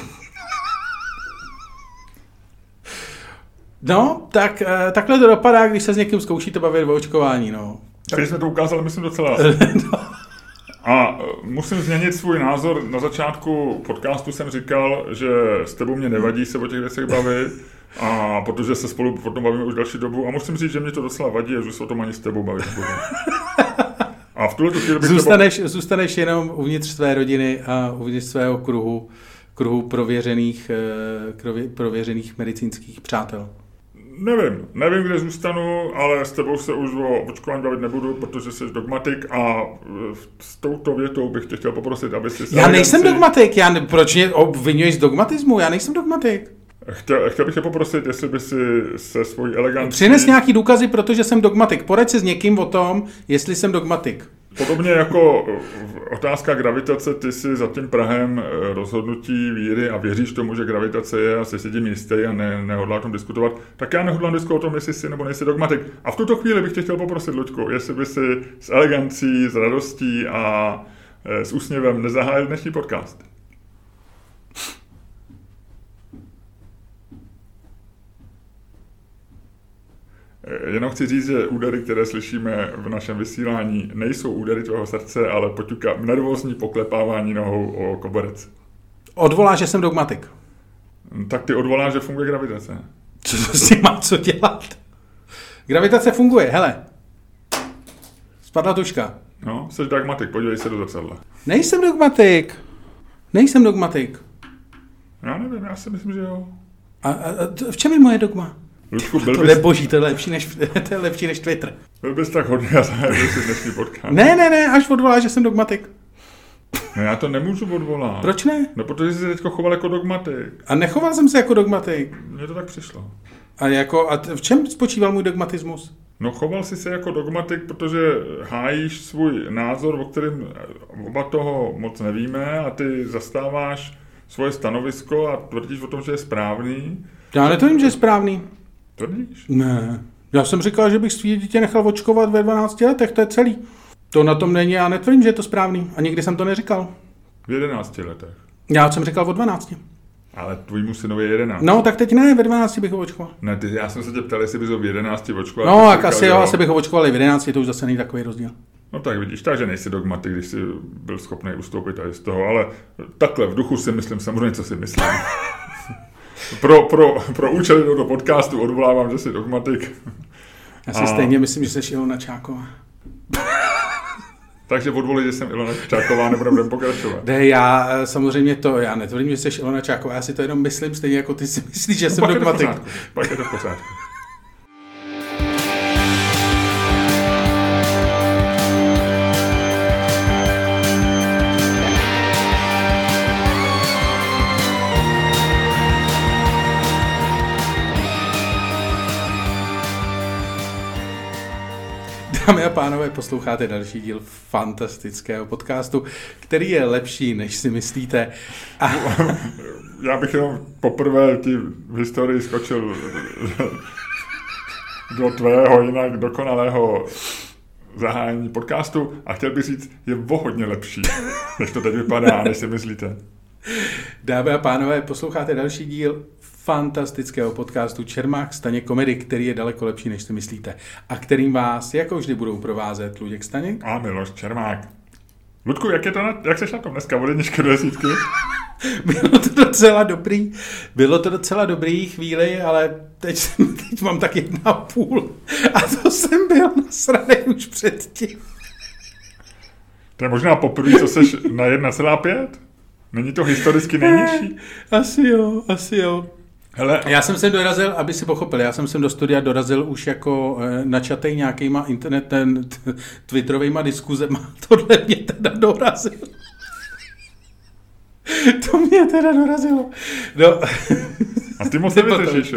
No, tak takhle to dopadá, když se s někým zkoušíte bavit o očkování, no. Tady jsme to ukázali, myslím, docela. A musím změnit svůj názor. Na začátku podcastu jsem říkal, že s tebou mě nevadí se o těch věcech bavit, a protože se spolu potom bavíme už další dobu. A musím říct, že mě to docela vadí, že se o tom ani s tebou bavit nebudu. A v tuhle chvíli bych zůstaneš jenom uvnitř své rodiny a uvnitř svého kruhu prověřených medicínských přátel. Nevím, kde zůstanu, ale s tebou se už o očkování bavit nebudu, protože jsi dogmatik a s touto větou bych tě chtěl poprosit, aby si... Já nejsem dogmatik, proč mě obvinuješ z dogmatismu? Já nejsem dogmatik. Chtěl bych tě poprosit, jestli by si se svojí elegancí... Přines nějaký důkazy, protože jsem dogmatik. Poraď se s někým o tom, jestli jsem dogmatik. Podobně jako otázka gravitace, ty si za tím prahem rozhodnutí víry a věříš tomu, že gravitace je a jsi si tím jistý a nehodlá o tom diskutovat, tak já nehodlám diskutovat o tom, jestli jsi nebo nejsi dogmatik. A v tuto chvíli bych tě chtěl poprosit, Luďku, jestli by si s elegancí, s radostí a s úsměvem nezahájil dnešní podcast. Jenom chci říct, že údery, které slyšíme v našem vysílání, nejsou údery tvého srdce, ale nervózní poklepávání nohou o koberec. Odvolá, že jsem dogmatik. Tak ty odvolá, že funguje gravitace. Co to s tím má co dělat? Gravitace funguje, hele. Spadla tuška. No, jsi dogmatik, podívej se do zrcadla. Nejsem dogmatik. Já nevím, já si myslím, že jo. A v čem je moje dogma? Luďku, to je boží, to je lepší než Twitter. Byl bys tak hodně a zahájil si dnešní podcast. Ne, až odvolá, že jsem dogmatik. No já to nemůžu odvolat. Proč ne? No protože jsi se teďko choval jako dogmatik. A nechoval jsem se jako dogmatik. Mně to tak přišlo. A v čem spočíval můj dogmatismus? No choval jsi se jako dogmatik, protože hájíš svůj názor, o kterém oba toho moc nevíme a ty zastáváš svoje stanovisko a tvrdíš o tom, že je správný. Já netvrdím, že je správný. Tvrdíš? Ne. Já jsem říkal, že bych svý dítě nechal očkovat ve 12 letech, to je celý. To na tom není, já netvrdím, že je to správný. A nikdy jsem to neříkal. V 11 letech. Já jsem říkal o 12. Ale tvůjmu synovi je 11. No, tak teď ne, ve 12 bych ho očkoval. Ne, já jsem se tě ptal, jestli bys ho v 11 očkoval. No, tak asi bych ho očkoval i v 11, to už zase není takový rozdíl. No tak vidíš, takže nejsi dogmatik, když jsi byl schopný ustoupit a z toho, ale takhle v duchu si myslím samozřejmě, co si myslím. Pro účely tohoto podcastu odvolávám, že jsi dogmatik. Já si stejně myslím, že jsi Ilona Čáková. Takže odvolí, že jsem Ilona Čáková, nebudeme pokračovat. Ne, já samozřejmě já netvrdím, že jsi Ilona Čáková, já si to jenom myslím, stejně jako ty si myslíš, že jsem dogmatik. Pak je to v pořádku. Dámy a pánové, posloucháte další díl fantastického podcastu, který je lepší, než si myslíte. A... Já bych jenom poprvé ti v historii skočil do tvého jinak dokonalého zahájení podcastu a chtěl bych říct, je hodně lepší, než to teď vypadá, než si myslíte. Dámy a pánové, posloucháte další díl fantastického podcastu Čermák Staněk Komedy, který je daleko lepší, než si myslíte. A kterým vás, jako vždy, budou provázet Luděk Staněk a Miloš Čermák. Ludku, jak seš na tom dneska od 1 do 10? Bylo to docela dobrý chvíli, ale teď mám tak 1,5. A to jsem byl nasranej už předtím. To je možná poprvé, co seš na 1,5? Není to historicky nejnižší? Asi jo. Hele, já jsem sem dorazil, aby si pochopil, já jsem sem do studia dorazil už jako načatej nějakýma internetem, twitterovejma diskuzema. Tohle mě teda dorazilo. To mě teda dorazilo. No. A ty moc nevydržíš,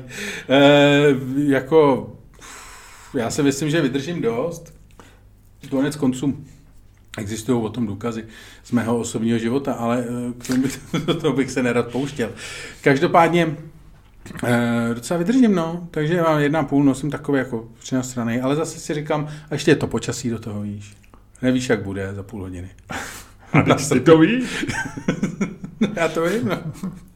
já si myslím, že vydržím dost. Konec konců. Existují o tom důkazy z mého osobního života, ale to bych se nerad pouštěl. Každopádně docela vydržím, no. Takže mám 1,5, no, jsem takový jako přinastranej, ale zase si říkám, a ještě je to počasí do toho, víš. Nevíš, jak bude za půl hodiny. A ty to víš? Já to vím, no.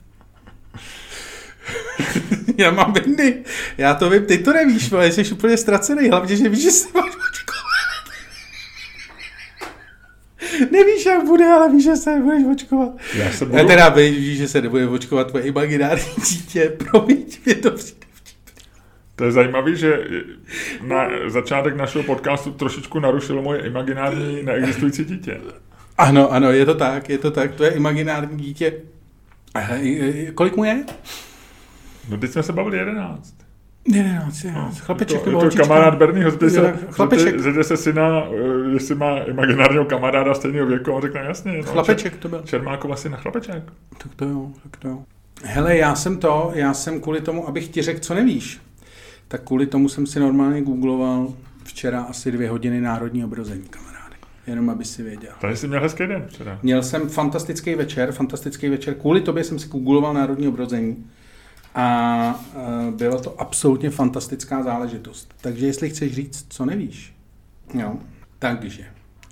Já mám vindy. Já to vím, ty to nevíš, ale jsi úplně ztracený, hlavně, že víš, že se máš očkovat. Nevíš, jak bude, ale víš, že se nebudeš očkovat. Já se budu... Teda víš, že se nebude očkovat tvoje imaginární dítě. Promiň, mě to přijde. To je zajímavé, že na začátek našeho podcastu trošičku narušilo moje imaginární neexistující dítě. Ano, je to tak. To je imaginární dítě. Kolik mu je? No teď jsme se bavili 11. 11. Chlapeček nebo holčička? To kamarád Bernieho, chlapeček. Se syna, jestli má imaginárního kamaráda stejného věku, on řekne jasně. No, chlapeček to byl. Čermákova syna, chlapeček. Tak to jo. Hele, já jsem kvůli tomu, abych ti řekl, co nevíš, tak kvůli tomu jsem si normálně googloval včera asi 2 hodiny národní obrození, kamarády. Jenom aby si věděl. Tady jsi měl hezký den včera. Měl jsem fantastický večer. Kvůli tobě jsem si googloval národní obrození. A bylo to absolutně fantastická záležitost. Takže jestli chceš říct, co nevíš. Jo. Takže.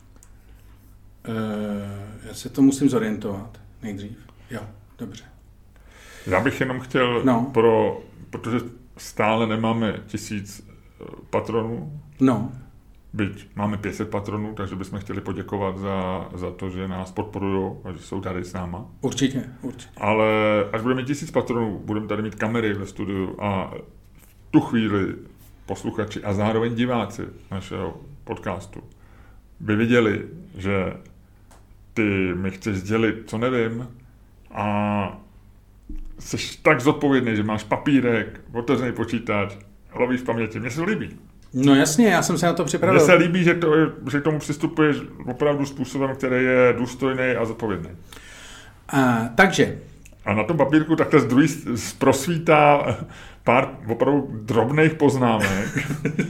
Já se to musím zorientovat nejdřív. Jo, dobře. Já bych jenom chtěl, protože stále nemáme 1000 patronů. No. Byť máme 500 patronů, takže bychom chtěli poděkovat za to, že nás podporují a že jsou tady s náma. Určitě. Ale až budeme mít 1000 patronů, budeme tady mít kamery ve studiu a v tu chvíli posluchači a zároveň diváci našeho podcastu by viděli, že ty mi chceš sdělit, co nevím, a jsi tak zodpovědný, že máš papírek, otevřený počítač, lovíš v paměti. Mně se to líbí. No jasně, já jsem se na to připravil. Mně se líbí, že k tomu přistupuješ opravdu způsobem, který je důstojný a zodpovědný. Takže. A na tom papírku takhle prosvítá pár opravdu drobných poznámek.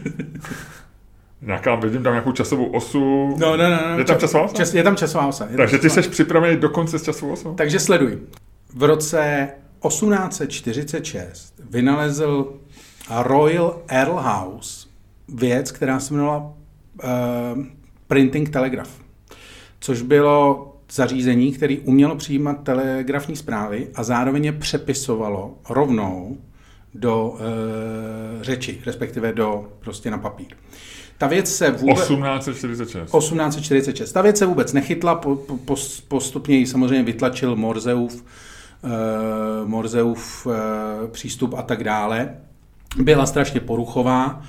Vidím tam nějakou časovou osu. No. Je tam časová osa? Je tam časová osa. Takže ty jsi připravený dokonce s časovou osou? Takže sleduj. V roce 1846 vynalezl Royal Earl House věc, která se jmenovala Printing Telegraph, což bylo zařízení, které umělo přijímat telegrafní zprávy a zároveň je přepisovalo rovnou do řeči, respektive prostě na papír. Ta věc se vůbec... 1846. Ta věc se vůbec nechytla, postupně ji samozřejmě vytlačil Morzeův přístup a tak dále. Byla strašně poruchová,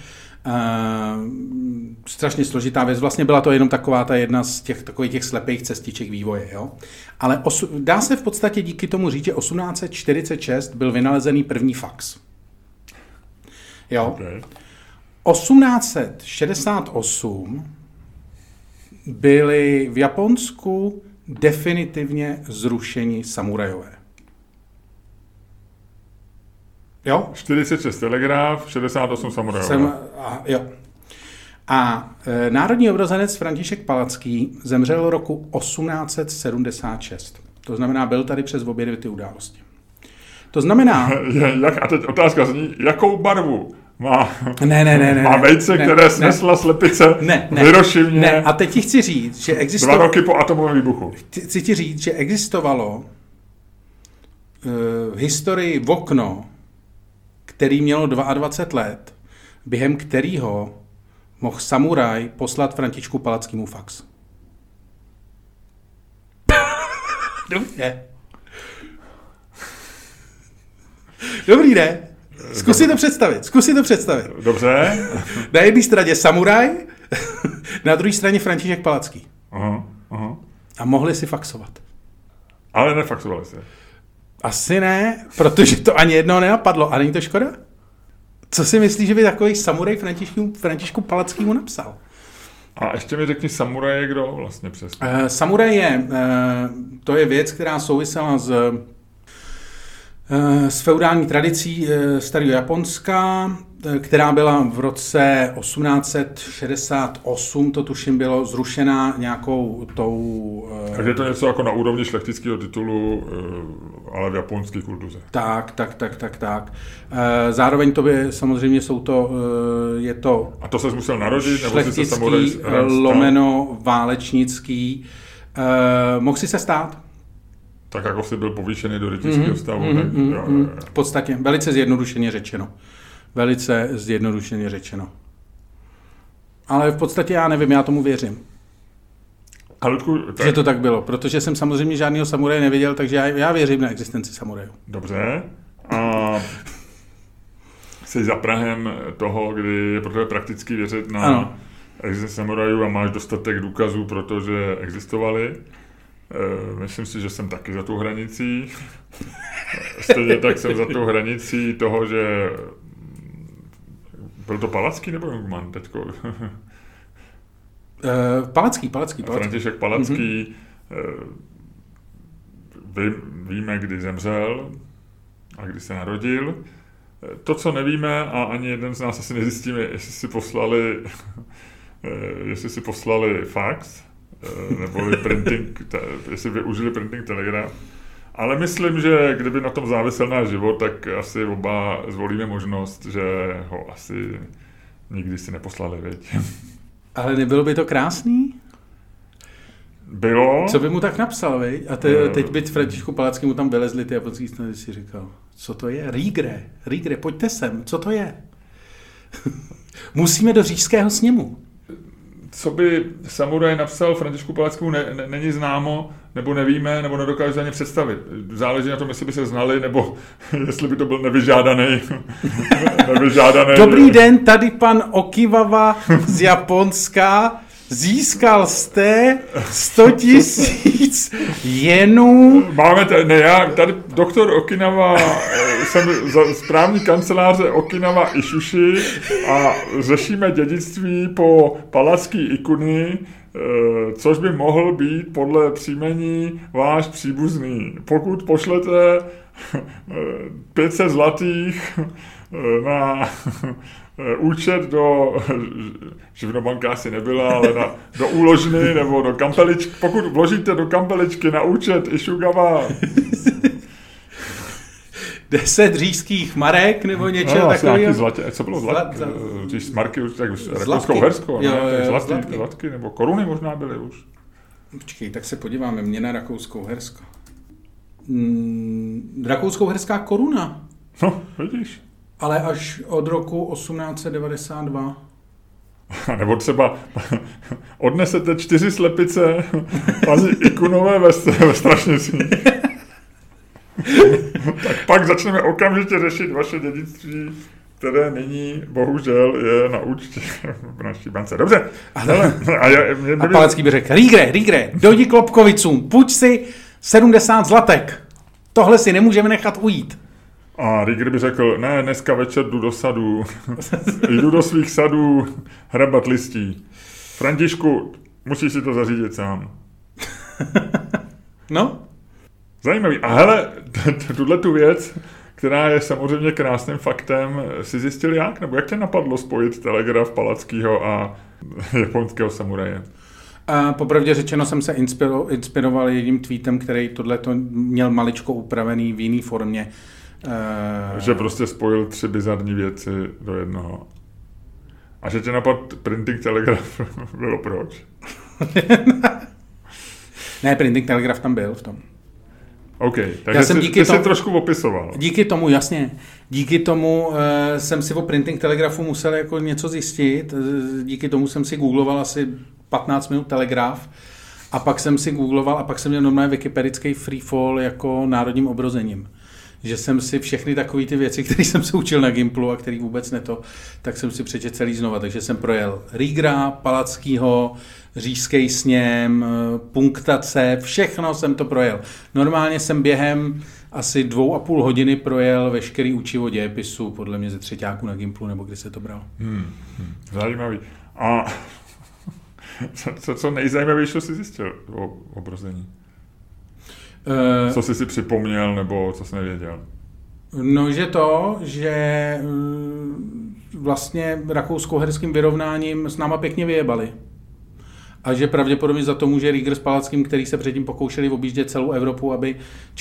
strašně složitá věc. Vlastně byla to jenom taková ta jedna z těch slepých cestiček vývoje. Jo? Ale dá se v podstatě díky tomu říct, že 1846 byl vynalezený první fax. Jo? Okay. 1868 byli v Japonsku definitivně zrušeni samurajové. Jo? 46 telegraf, 68 samurajové. A národní obrozenec František Palacký zemřel roku 1876. To znamená, byl tady přes obě dvě ty události. To znamená... A teď otázka zní, jakou barvu má vejce, ne, které snesla slepice v Hirošimě? Ne, a teď ti chci říct, že 2 roky po atomovém výbuchu. Chci ti říct, že existovalo v historii okno, který mělo 22 let, během kterého mohl samuraj poslat Františku Palackému fax. Dobře. Dobrý, ne? Zkus si to představit. Dobře. Na jedné straně samuraj, na druhé straně František Palacký. Aha. A mohli si faxovat. Ale nefaxovali si. Asi ne, protože to ani jednoho nenapadlo. A není to škoda? Co si myslíš, že by takový samuraj Františku Palackému napsal? A ještě mi řekni, samuraj je kdo vlastně přesně? Samuraj to je věc, která souvisela s feudální tradicí starého Japonska, která byla v roce 1868, to tuším bylo zrušena nějakou tou... Takže je to něco jako na úrovni šlechtického titulu, ale v japonské kultuře. Tak. Zároveň to by samozřejmě je to... A to ses musel narodit? Šlechtický, lomeno válečnický. Mohl si se stát? Tak jako jsi byl povýšený do rytířského stavu. V podstatě, velice zjednodušeně řečeno. Ale v podstatě já nevím, já tomu věřím. A Ludku, že to tak bylo, protože jsem samozřejmě žádného samuraje neviděl, takže já věřím na existenci samurajů. Dobře. A jsi za prahem toho, kdy je pro tebe prakticky věřit na existenci samurajů a máš dostatek důkazů, protože existovali. Myslím si, že jsem taky za tou hranicí. Stejně tak jsem za tou hranicí toho, že byl to Palacký nebo Jungmann teďko? Palacký. František Palacký. Víme, kdy zemřel a kdy se narodil. To, co nevíme, a ani jeden z nás asi nezjistíme, jestli si poslali fax, nebo jestli využili printing telegraf. Ale myslím, že kdyby na tom závisel náš život, tak asi oba zvolíme možnost, že ho asi nikdy si neposlali, viď? Ale nebylo by to krásný? Bylo. Co by mu tak napsal, viď? A teď by Františku Palackému tam vylezli ty japonský strany, si říkal, co to je? Rigre, pojďte sem, co to je? Musíme do říšského sněmu. Co by samuraj napsal Františku Palackému, není známo, nebo nevíme, nebo nedokáže ani představit. Záleží na tom, jestli by se znali, nebo jestli by to byl nevyžádaný. Dobrý den, tady pan Okiwawa z Japonska. Získal jste 100 000 jenů. Máme tady doktor Okinawa, jsem za správní kanceláře Okinawa Ishushi a řešíme dědictví po Palacký ikuny, což by mohl být podle příjmení váš příbuzný. Pokud pošlete 500 zlatých na účet do živnobanka asi nebyla, ale do úložny nebo do kampeličky. Pokud vložíte do kampeličky na účet Ishugawa 10 říšských marek nebo něčeho takového. Co bylo zlatky? Marky už tak Rakousko-Uhersko, zlatky nebo koruny možná byly už. Počkej, tak se podíváme, měna Rakousko-Uhersko. Rakousko-Uherská koruna. No, vidíš. Ale až od roku 1892. Nebo třeba odnesete 4 slepice paní Ikunové ve Strašnici. Tak pak začneme okamžitě řešit vaše dědictví, které nyní, bohužel, je na účtě v naší bance. Dobře. A Palacký by řekl, Rigre, dojdi k Lobkovicům, půjč si 70 zlatek. Tohle si nemůžeme nechat ujít. A Rigr by řekl, ne, dneska večer jdu do sadu, jdu do svých sadů hrabat listí. Františku, musíš si to zařídit sám. No? Zajímavý. A hele, tu věc, která je samozřejmě krásným faktem, si zjistil jak? Nebo jak tě napadlo spojit telegraf Palackýho a japonského samuraje? Popravdě řečeno jsem se inspiroval jedním tweetem, který tohleto měl maličko upravený v jiný formě. Že prostě spojil 3 bizarní věci do jednoho. A že tě napadl printing telegraf, bylo proč? Ne, printing telegraf tam byl v tom. OK, takže ty jsi trošku opisoval. Díky tomu, jasně. Díky tomu jsem si o printing telegrafu musel jako něco zjistit. Díky tomu jsem si googloval asi 15 minut telegraf. A pak jsem si googloval a pak jsem měl normálně wikipedický freefall jako národním obrozením. Že jsem si všechny takové ty věci, které jsem se učil na Gimplu a který vůbec neto, tak jsem si přečetl celý znova. Takže jsem projel Rigra, Palackýho, Říšský sněm, punktace, všechno jsem to projel. Normálně jsem během asi 2,5 hodiny projel veškerý učivo dějepisu, podle mě ze třeťáku na Gimplu, nebo kdy se to bral. Zajímavý. A co nejzajímavějšího jsi zjistil o obrození? Co jsi si připomněl, nebo co jsi nevěděl? No, že vlastně rakousko-uherským vyrovnáním s náma pěkně vyjebali. A že pravděpodobně za to může Rigr s Palackým, který se předtím pokoušeli objíždět celou Evropu, aby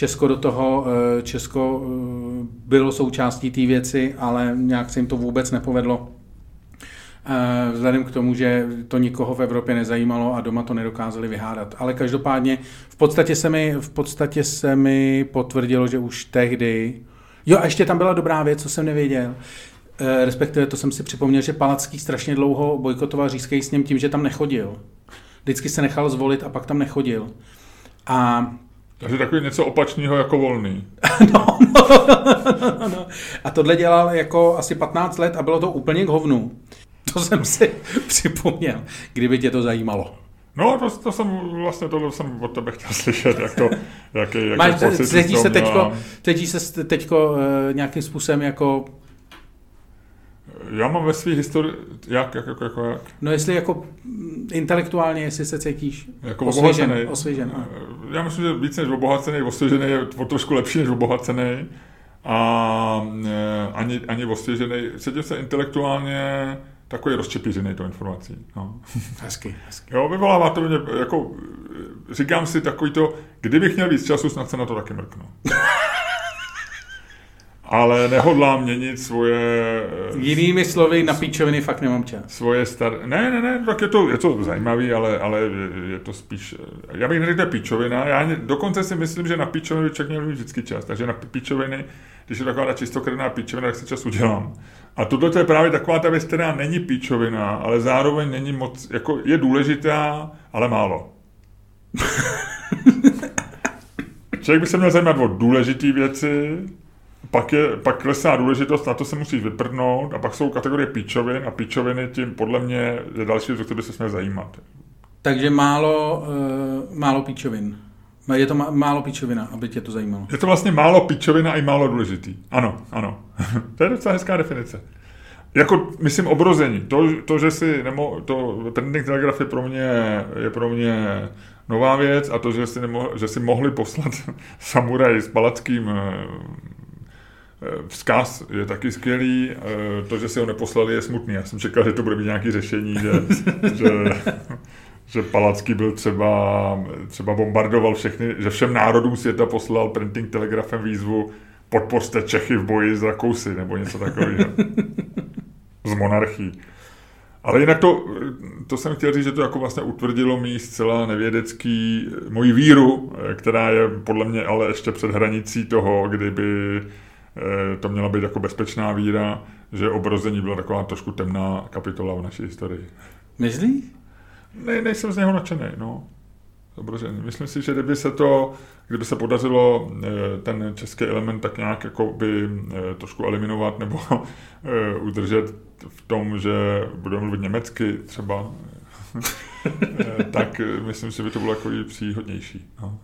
Česko bylo součástí té věci, ale nějak se jim to vůbec nepovedlo. Vzhledem k tomu, že to nikoho v Evropě nezajímalo a doma to nedokázali vyhádat. Ale každopádně v podstatě se mi potvrdilo, že už tehdy... Jo, a ještě tam byla dobrá věc, co jsem nevěděl. Respektive to jsem si připomněl, že Palacký strašně dlouho bojkotoval Říšský sněm tím, že tam nechodil. vždycky se nechal zvolit a pak tam nechodil. A takže takový něco opačného jako Volný. No. A tohle dělal jako asi 15 let a bylo to úplně k hovnu. To jsem si připomněl, kdyby tě to zajímalo. No, to jsem vlastně, tohle jsem od tebe chtěl slyšet, jaký pocit cítí se teďko nějakým způsobem jako... Já mám ve své historii... Jak? No jestli jako intelektuálně, jestli se cítíš jako osvěžený. Já myslím, že víc než obohacený, osvěžený je trošku lepší než obohacený. A ani osvěžený. Cítím se intelektuálně takový rozčepířený tou informací. No. Hezky. Jo, vyvolává to mě, jako, říkám si takový to, kdybych měl víc času, snad se na to taky mrknu. Ale nehodlám měnit svoje... Jinými slovy, na píčoviny fakt nemám čas. Svoje Ne, tak je to zajímavý, ale je to spíš... Já bych neřekl, píčovina. Já dokonce si myslím, že na píčoviny člověk měl vždycky čas. Takže na píčoviny, když je taková čistokrevná píčovina, tak si čas udělám. A tohle je právě taková ta věc, která není píčovina, ale zároveň není moc... Jako je důležitá, ale málo. Člověk by se měl zajímat o důležité věci, pak klesá důležitost, na to se musíš vyprdnout a pak jsou kategorie píčovin a píčoviny tím podle mě je další věc, o které by se měl zajímat. Takže málo píčovin. Je to málo píčovina, aby tě to zajímalo. Je to vlastně málo píčovina a i málo důležitý. Ano. To je docela hezká definice. Jako, myslím, obrození. To že si, to printing telegraf je pro mě nová věc a to, že si mohli poslat samuraj s palackým vzkaz je taky skvělý, to, že si ho neposlali, je smutný. Já jsem čekal, že to bude mít nějaké řešení, že Palacký byl třeba bombardoval všechny, že všem národům světa poslal printing telegrafem výzvu podpořte Čechy v boji z Rakousy, nebo něco takového. Z monarchií. Ale jinak to jsem chtěl říct, že to jako vlastně utvrdilo mý zcela nevědecký, moji víru, která je podle mě ale ještě před hranicí toho, kdyby to měla být jako bezpečná víra, že obrození byla taková trošku temná kapitola v naší historii. Myslíš? Nejsem z něho nadšený, no. Obrození. Myslím si, že kdyby se podařilo ten český element tak nějak jako by trošku eliminovat nebo udržet v tom, že budeme mluvit německy třeba, tak myslím si, že by to bylo jako příhodnější. No.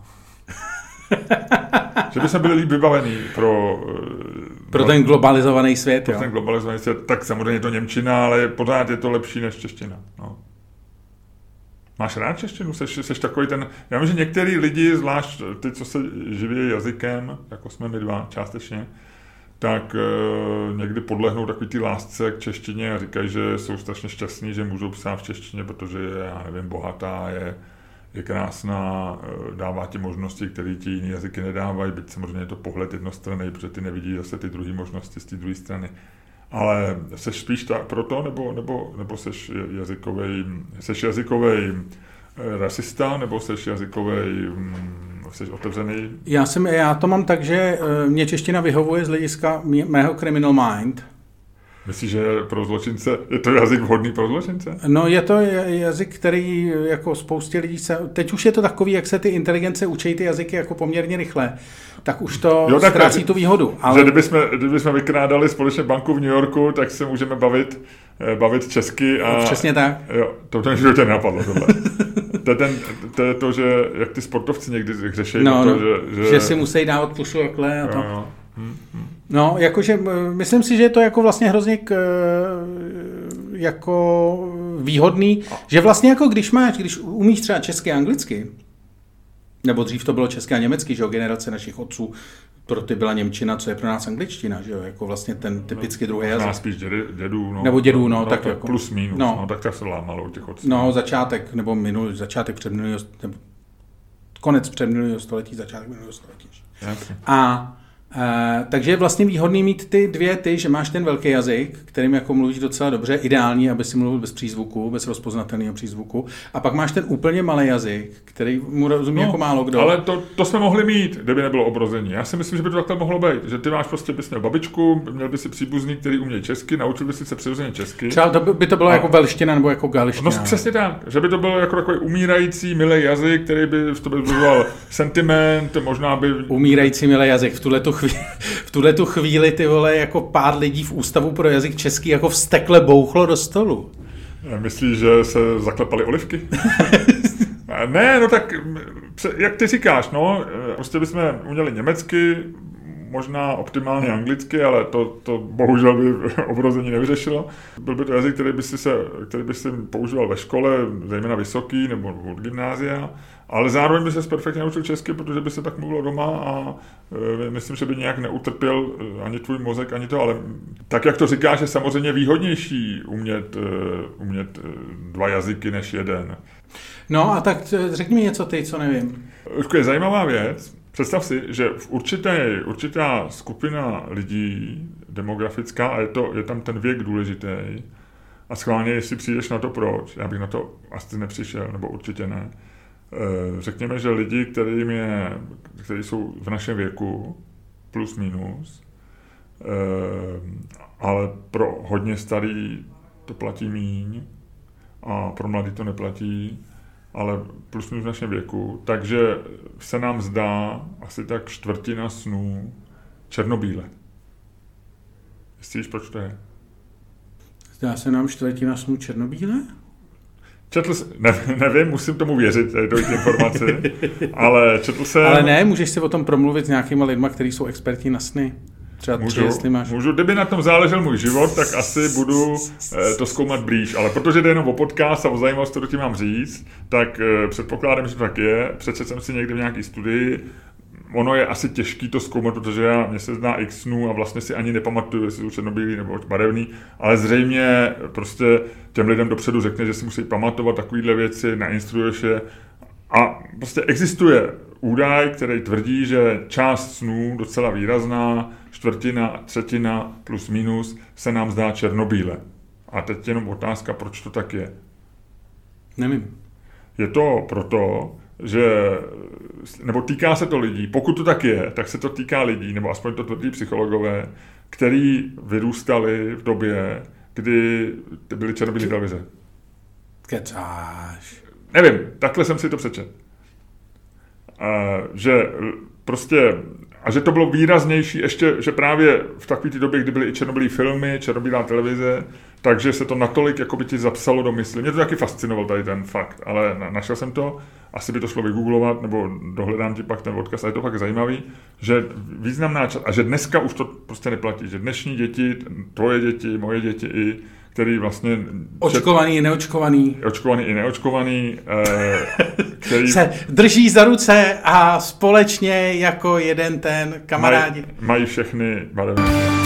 Že by jsme byli líp vybavení pro ten globalizovaný svět. Pro ten globalizovaný svět, tak samozřejmě je to němčina, ale pořád je to lepší než čeština. No. Máš rád češtinu? Seš takový ten... Já vím, že některý lidi, zvlášť ty, co se živí jazykem, jako jsme my dva částečně, tak někdy podlehnou takový ty lásce k češtině a říkají, že jsou strašně šťastní, že můžou psát v češtině, protože je, já nevím, bohatá, je krásná, dává ti možnosti, které ti jiný jazyky nedávají, byť samozřejmě je to pohled jednostranný, protože ty nevidí zase ty druhé možnosti z té druhé strany. Ale seš spíš proto, nebo seš jazykovej rasista, nebo seš otevřený? Já to mám tak, že mě čeština vyhovuje z hlediska mého criminal mind. Myslíš, že pro zločince, je to jazyk vhodný pro zločince? No je to jazyk, který jako spoustě lidí teď už je to takový, jak se ty inteligence učí ty jazyky jako poměrně rychle, tak už to ztrácí tu výhodu. Ale... Že kdybychom vykrádali společně banku v New Yorku, tak se můžeme bavit česky. A... Přesně tak. Jo, to mě životě nenapadlo tohle. To je to, že jak ty sportovci někdy řeší, že si musí dávat pusu takhle a to. Jo. No, jakože myslím si, že je to jako vlastně hrozně jako výhodný, že vlastně jako když umíš třeba česky a anglicky, nebo dřív to bylo česky a německy, že jo, generace našich otců, pro ty byla němčina, co je pro nás angličtina, že jo, jako vlastně ten typicky druhý jazyk. Spíš dědů, no. Nebo dědů, no, tak jako. Plus minus, no tak se lámalo u těch otců. No, začátek předminulého, konec předminulého století, začátek minulého století. Jasně. A Takže je vlastně výhodný mít ty dvě, že máš ten velký jazyk, kterým jako mluvíš docela dobře, ideální, aby si mluvil bez přízvuku, bez rozpoznatelného přízvuku, a pak máš ten úplně malý jazyk, který mu rozumí jako málo kdo. Ale to jsme mohli mít, kdyby nebylo obrození. Já si myslím, že by to takhle mohlo být, že ty máš prostě, bys měl babičku, měl by si příbuzný, který umějí česky, naučil by si se přirozeně česky. Třeba by to bylo jako velština nebo jako galština. No přesně tak, že by to bylo jako takový umírající milý jazyk, který by v tobě vzbuzoval sentiment, možná by... Umírající milý jazyk, v tuhletu chvíli ty vole jako pár lidí v Ústavu pro jazyk český jako vztekle bouchlo do stolu. Myslíš, že se zaklepali olivky? Ne, no tak, jak ty říkáš, no, prostě bychom uměli německy, možná optimálně anglicky, ale to bohužel by obrození nevyřešilo. Byl by to jazyk, který by si používal ve škole, zejména vysoký nebo od gymnázia, ale zároveň by se perfektně naučil česky, protože by se tak mluvilo doma a myslím, že by nějak neutrpěl ani tvůj mozek, ani to, ale tak, jak to říkáš, je samozřejmě výhodnější umět dva jazyky než jeden. No a tak řekni mi něco ty, co nevím. Je zajímavá věc. Představ si, že v určitá skupina lidí demografická, a je tam ten věk důležitý, a schválně, jestli přijdeš na to proč, já bych na to asi nepřišel, nebo určitě ne. Řekněme, že lidi, kteří jsou v našem věku, plus minus, ale pro hodně starý to platí míň a pro mladý to neplatí, ale plus minus v našem věku, takže se nám zdá asi tak čtvrtina snů černobíle. Jestli víš, proč to je? Zdá se nám čtvrtina snů černobíle? Nevím, musím tomu věřit, to informaci, ale četl jsem... Ale ne, můžeš si o tom promluvit s nějakýma lidma, kteří jsou experti na sny. Třeba Můžu, kdyby na tom záležel můj život, tak asi budu to zkoumat blíž, ale protože jde jenom o podcast a o zajímavost, kterou ti mám říct, tak předpokládám, že to tak je. Přečetl jsem si někde v nějaký studii. Ono je asi těžký to zkoumat, protože mně se zná x snů a vlastně si ani nepamatuju, jestli jsou černobílý nebo barevný, ale zřejmě prostě těm lidem dopředu řekne, že si musí pamatovat takovýhle věci, nainstruuješ je. A prostě existuje údaj, který tvrdí, že část snů, docela výrazná, čtvrtina, třetina plus minus, se nám zdá černobíle. A teď jenom otázka, proč to tak je. Nevím. Je to proto, nebo týká se to lidí, pokud to tak je, tak se to týká lidí, nebo aspoň to tvrdí psychologové, který vyrůstali v době, kdy byly černobílé televize. Kecáš. Nevím, takhle jsem si to přečetl. A že to bylo výraznější ještě, že právě v takové té době, kdy byly i černobílé filmy, černobílá televize, takže se to natolik jako by ti zapsalo do mysli. Mě to taky fascinoval tady ten fakt, ale našel jsem to, asi by to šlo vygooglovat, nebo dohledám ti pak ten odkaz, a je to fakt zajímavý, že významná část, a že dneska už to prostě neplatí, že dnešní děti, tvoje děti, moje děti i, který vlastně... Očkovaný i neočkovaný. Očkovaný i neočkovaný. Který se drží za ruce a společně jako jeden ten kamarádi. Mají všechny barevné.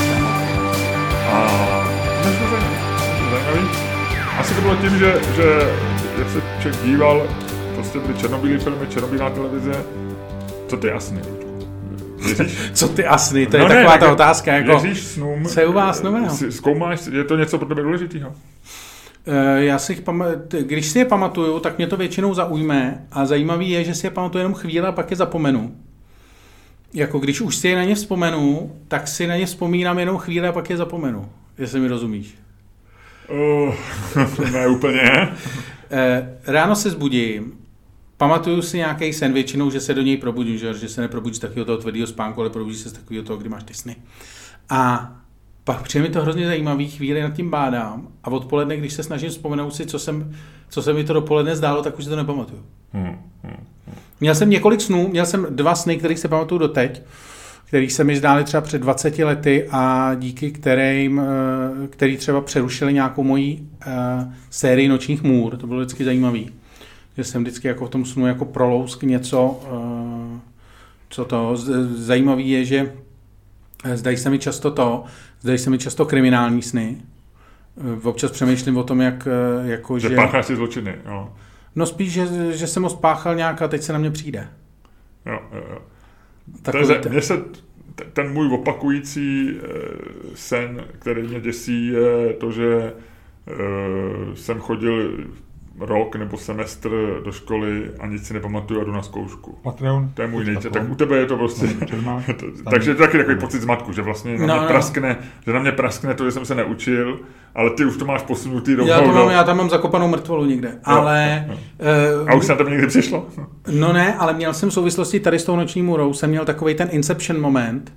A zajímavý. Asi to bylo tím, že jak se člověk díval, prostě byly černobílé filmy, černobílá televize. Co ty asny? Co ty asny? To je taková ta otázka, jako... Věříš snům? Co je u vás nového? Zkoumáš, je to něco pro tebe důležitýho? Já si když si je pamatuju, tak mě to většinou zaujme a zajímavý je, že si je pamatuju jenom chvíli a pak je zapomenu. Jako když už si je na ně vzpomenu, tak si na ně vzpomínám jenom chvíli a pak je zapomenu. Jestli mi rozumíš. Ne úplně. Ráno se zbudím, pamatuju si nějaký sen, většinou, že se do něj probudím, že se neprobudíš z takového toho tvrdého spánku, ale probudíš se z takového toho, kdy máš ty sny. A pak přijde mi to hrozně zajímavý, chvíli nad tím bádám a odpoledne, když se snažím vzpomenout si, co se mi to dopoledne zdálo, tak už si to nepamatuju. Měl jsem několik snů, měl jsem 2 sny, kterých se pamatuju doteď, který se mi zdály třeba před 20 lety a díky který třeba přerušili nějakou moji sérii nočních můr, to bylo vždycky zajímavý. Že jsem vždycky jako v tom snu jako prolousk něco, co to zajímavý je, že zdají se mi často kriminální sny. Občas přemýšlím o tom, že pácháš si zločiny, jo. No spíš, že jsem ho spáchal nějak a teď se na mě přijde. Jo. ten můj opakující sen, který mě děsí, je to, že jsem chodil rok nebo semestr do školy a nic si nepamatuju a jdu na zkoušku. Patreon. To je můj nejtěž. Tak u tebe je to prostě... Takže je to taky takový pocit zmatku, že vlastně na mě praskne to, že jsem se neučil, ale ty už to máš posunutý rovnou. Já tam mám zakopanou mrtvolu někde, ale... A už se na tebe někdy přišlo? No ne, ale měl jsem v souvislosti tady s tou noční můrou, jsem měl takovej ten inception moment,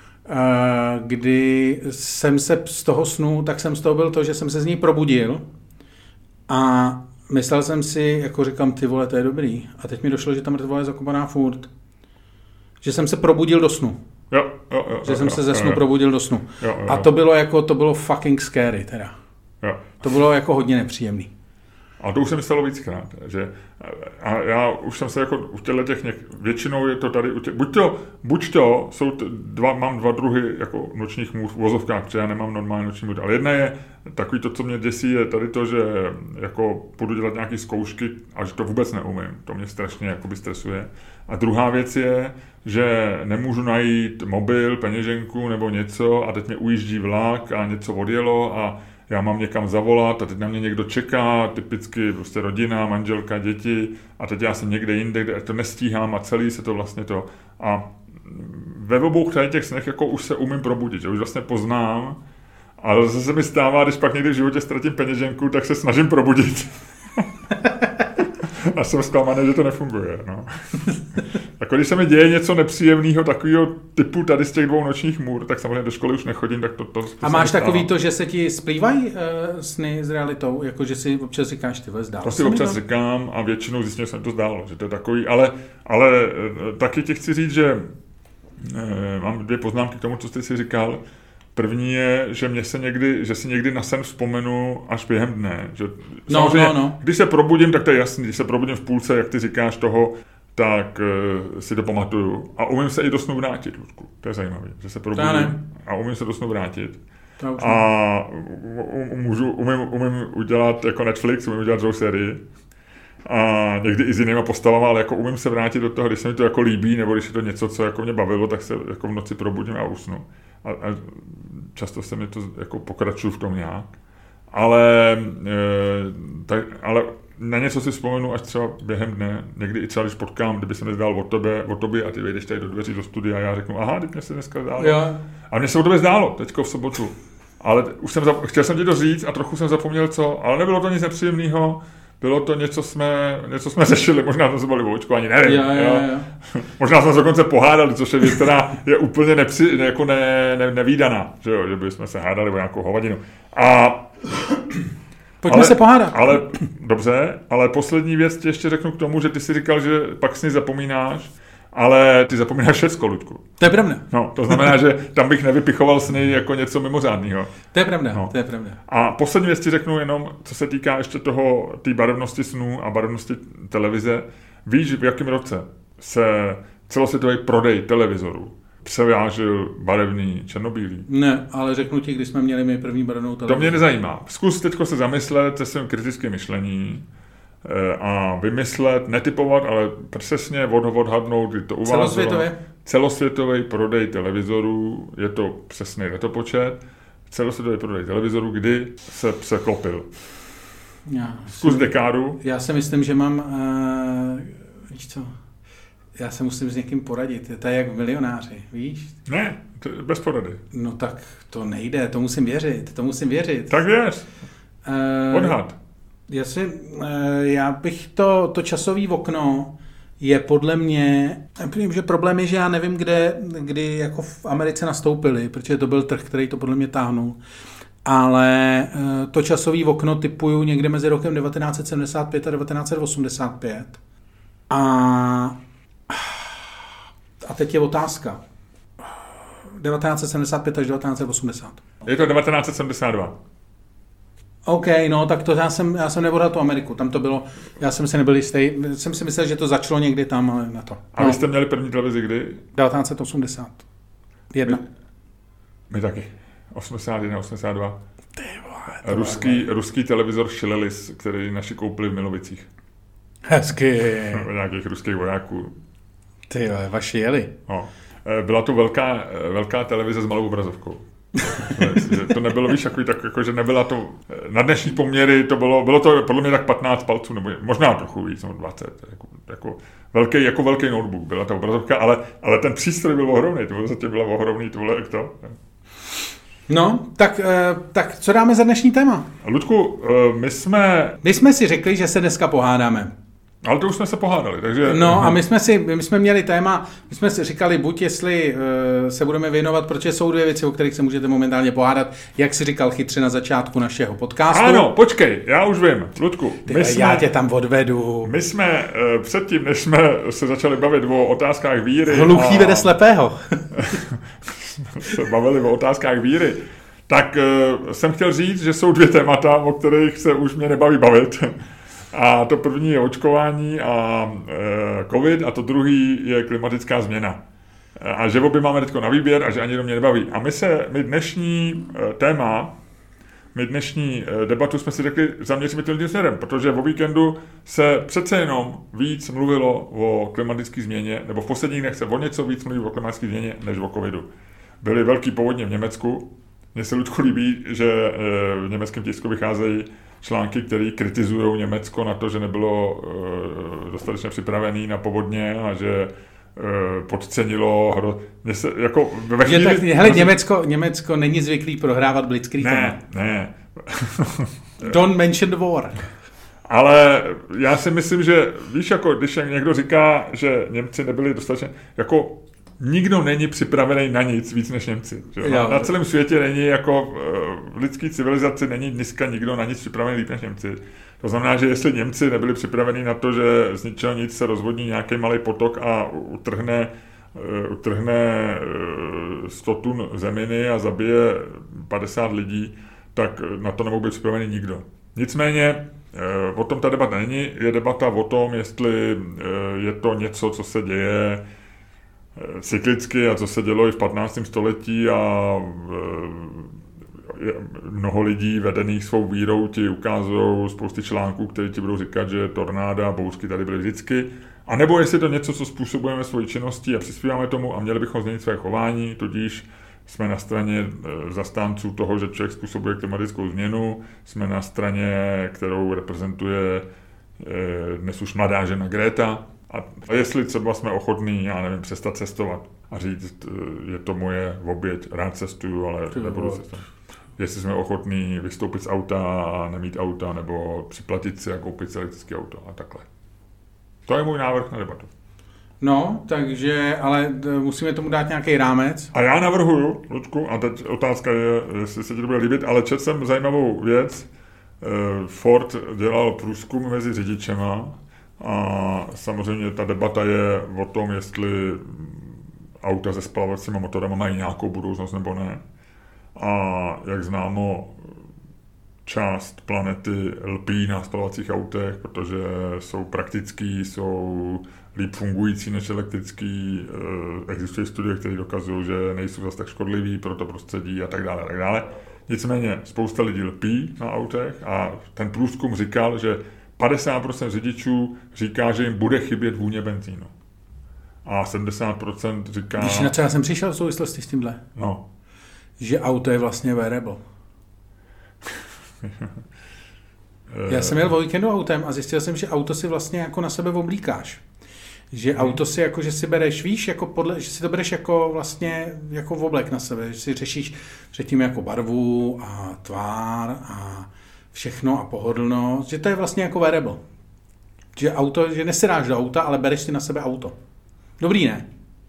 kdy jsem se z toho snu, tak jsem z toho byl to, že jsem se z ní probudil a myslel jsem si, jako říkám, ty vole, to je dobrý. A teď mi došlo, že ta mrtvola je zakopaná furt. Že jsem se probudil do snu. Že jsem se ze snu probudil do snu. A to bylo fucking scary teda. To bylo jako hodně nepříjemný. A to už se mi stalo víckrát, že a já už jsem se jako u těch většinou je to tady, buď to jsou mám dva druhy jako nočních můr v uvozovkách, protože já nemám normální noční můr, ale jedna je takový to, co mě děsí, je tady to, že jako půjdu dělat nějaké zkoušky a že to vůbec neumím, to mě strašně jakoby stresuje. A druhá věc je, že nemůžu najít mobil, peněženku nebo něco a teď mě ujíždí vlak a něco odjelo a já mám někam zavolat a teď na mě někdo čeká, typicky prostě rodina, manželka, děti a teď já jsem někde jinde, kde to nestíhám a celý se to vlastně to. A ve obou těch snech jako už se umím probudit, že už vlastně poznám, ale zase se mi stává, když pak někdy v životě ztratím peněženku, tak se snažím probudit. A jsem zklamaný, že to nefunguje. No. Jako když se mi děje něco nepříjemného takového typu tady z těch dvou nočních můr, tak samozřejmě do školy už nechodím, tak to a máš takový to, že se ti splývají sny s realitou? Jako, že si občas říkáš, ty vole, zdálo. To si občas říkám a většinou zjistím, že se mi to zdálo, že to je takový, ale taky ti chci říct, že mám dvě poznámky k tomu, co jsi si říkal. První je, že si někdy na sen vzpomenu až během dne. Že Když se probudím, tak to je jasný. Když se probudím v půlce, jak ty říkáš toho, tak si to pamatuju. A umím se i do snu vrátit, Ludku. To je zajímavé, že se probudím a umím se do snu vrátit. A umím udělat jako Netflix, umím udělat druhou sérii. A někdy i s jinýma postavama, ale jako umím se vrátit do toho, když se mi to jako líbí, nebo když je to něco, co jako mě bavilo, tak se jako v noci probudím a usnu. A často se mi to jako pokračuju v tom nějak. Ale na něco si vzpomenu až třeba během dne, někdy i třeba když potkám, kdyby se mi zdál o tobě a ty vejdeš tady do dveří do studia a já řeknu, aha, teď mě se dneska zdálo. Jo. A mně se o tobě zdálo, teďko v sobotu. Ale už chtěl jsem ti to říct a trochu jsem zapomněl co, ale nebylo to nic nepříjemného. Bylo to něco jsme řešili, možná jsme se byli v očku, ani nevím. Jo. Možná jsme se dokonce pohádali, což je věc, která je úplně nevídaná, že bychom se hádali o nějakou hovadinu. Pojďme se pohádat. Ale dobře, ale poslední věc ti ještě řeknu k tomu, že ty si říkal, že pak sny zapomínáš, ale ty zapomínáš všecko, Ludku. To je pravda. No, to znamená, že tam bych nevypichoval sny jako něco mimořádného. To je pravda, to je pravda. A poslední věc ti řeknu jenom, co se týká ještě té barevnosti snů a barevnosti televize. Víš, v jakém roce se celosvětový prodej televizorů převážil barevný černobílý? Ne, ale řeknu ti, když jsme měli my první barevnou televizi. To mě nezajímá. Zkus teďko se zamyslet se svým kritickým myšlení a vymyslet, netypovat, ale přesně odhadnout, kdy to uvázalo. Celosvětový prodej televizorů, je to přesný letopočet, celosvětový prodej televizorů, kdy se překlopil. Zkus dekádu. Já si myslím, že mám, víš co, já se musím s někým poradit, to je jak v Milionáři, víš? Ne, bez porady. No tak to nejde, to musím věřit. Tak věř. Odhad. Já bych to časové okno je podle mě, že problém je, že já nevím, kdy jako v Americe nastoupili, protože to byl trh, který to podle mě táhnul. Ale to časové okno typuju někde mezi rokem 1975 a 1985. A teď je otázka. 1975 až 1980. Je to 1972. OK, no, tak to já jsem neodhadl tu Ameriku, tam to bylo, já jsem si nebyl jistý, jsem si myslel, že to začalo někdy tam, ale na to. A vy jste měli první televizi kdy? 1981. My taky. 81, 82. Ty vole, ruský televizor Šilelis, který naši koupili v Milovicích. Hezky. Nějakých ruských vojáků. Ty vole, vaši jeli. No. byla to velká televize s malou obrazovkou. To nebylo, víš, jako, že nebyla to, na dnešní poměry to bylo to podle mě tak 15 palců, nebo možná trochu víc, nebo 20, jako velký notebook byla ta obrazovka, ale ten přístroj byl ohromný, to zatím bylo ohromný, to bylo jak to. No, tak co dáme za dnešní téma? Luďku, my jsme si řekli, že se dneska pohádáme. Ale to už jsme se pohádali, takže... No a my jsme měli téma, my jsme si říkali, buď jestli se budeme věnovat, protože jsou dvě věci, o kterých se můžete momentálně pohádat, jak si říkal chytře na začátku našeho podcastu. Ano, počkej, já už vím, Ludku. Já tě tam odvedu. My jsme předtím, než jsme se začali bavit o otázkách víry... Hluchý vede slepého. se bavili o otázkách víry, tak jsem chtěl říct, že jsou dvě témata, o kterých se už mě nebaví bavit. A to první je očkování a covid a to druhý je klimatická změna. A že obě máme teďko na výběr a že ani to mě nebaví. A my dnešní debatu jsme si řekli, zaměříme tím směrem, protože o víkendu se přece jenom víc mluvilo o klimatické změně, nebo v posledních dnech se o něco víc mluví o klimatické změně, než o covidu. Byly velký povodně v Německu. Mně se, Ludku, líbí, že v německém tisku vycházejí články, které kritizují Německo na to, že nebylo dostatečně připravený na povodně a že podcenilo Německo není zvyklý prohrávat blitzkriegem. Ne. Don't mention the war. Ale já si myslím, že víš, jako když někdo říká, že Němci nebyli dostatečně, jako nikdo není připravený na nic víc než Němci. Na celém světě není, jako v lidské civilizaci není dneska nikdo na nic připravený líp než Němci. To znamená, že jestli Němci nebyli připraveni na to, že z ničeho nic se rozvodní nějaký malý potok a utrhne 100 tun zeminy a zabije 50 lidí, tak na to nemohl být připravený nikdo. Nicméně o tom ta debata není, je debata o tom, jestli je to něco, co se děje cyklicky a co se dělo i v 15. století a mnoho lidí vedených svou vírou ti ukázují spousty článků, které ti budou říkat, že tornáda a bouřky tady byly vždycky. A nebo jestli to něco, co způsobujeme svojí činností a přispíváme tomu a měli bychom změnit své chování, tudíž jsme na straně zastánců toho, že člověk způsobuje klimatickou změnu, jsme na straně, kterou reprezentuje dnes už mladá žena Greta. A jestli třeba jsme ochotní, já nevím, přestat cestovat a říct, je to moje oběť, rád cestuju, ale nebudu cestovat. Jestli jsme ochotní vystoupit z auta a nemít auta, nebo připlatit si a koupit si elektrické auto a takhle. To je můj návrh na debatu. No, takže, ale musíme tomu dát nějaký rámec. A já navrhuju, Ludku, a teď otázka je, jestli se ti to bude líbit, ale četl jsem zajímavou věc. Ford dělal průzkum mezi řidičema a samozřejmě ta debata je o tom, jestli auta se spalovacíma motorama mají nějakou budoucnost nebo ne. A jak známo, část planety lpí na spalovacích autech, protože jsou praktický, jsou líp fungující než elektrický. Existují studie, které dokazují, že nejsou zase tak škodliví pro to prostředí a tak dále, a tak dále. Nicméně spousta lidí lpí na autech a ten průzkum říkal, že 50% řidičů říká, že jim bude chybět vůně benzínu. A 70% říká... Víš, na co já jsem přišel v souvislosti s tímhle? No. Že auto je vlastně wearable. Já jsem jel o víkendu autem a zjistil jsem, že auto si vlastně jako na sebe oblíkáš. Že auto si jako, že si bereš, víš, jako že si to bereš jako vlastně jako oblek na sebe, že si řešíš předtím jako barvu a tvár a všechno a pohodlnost, že to je vlastně jako wearable. Že auto, že nesedáš do auta, ale bereš si na sebe auto. Dobrý, ne?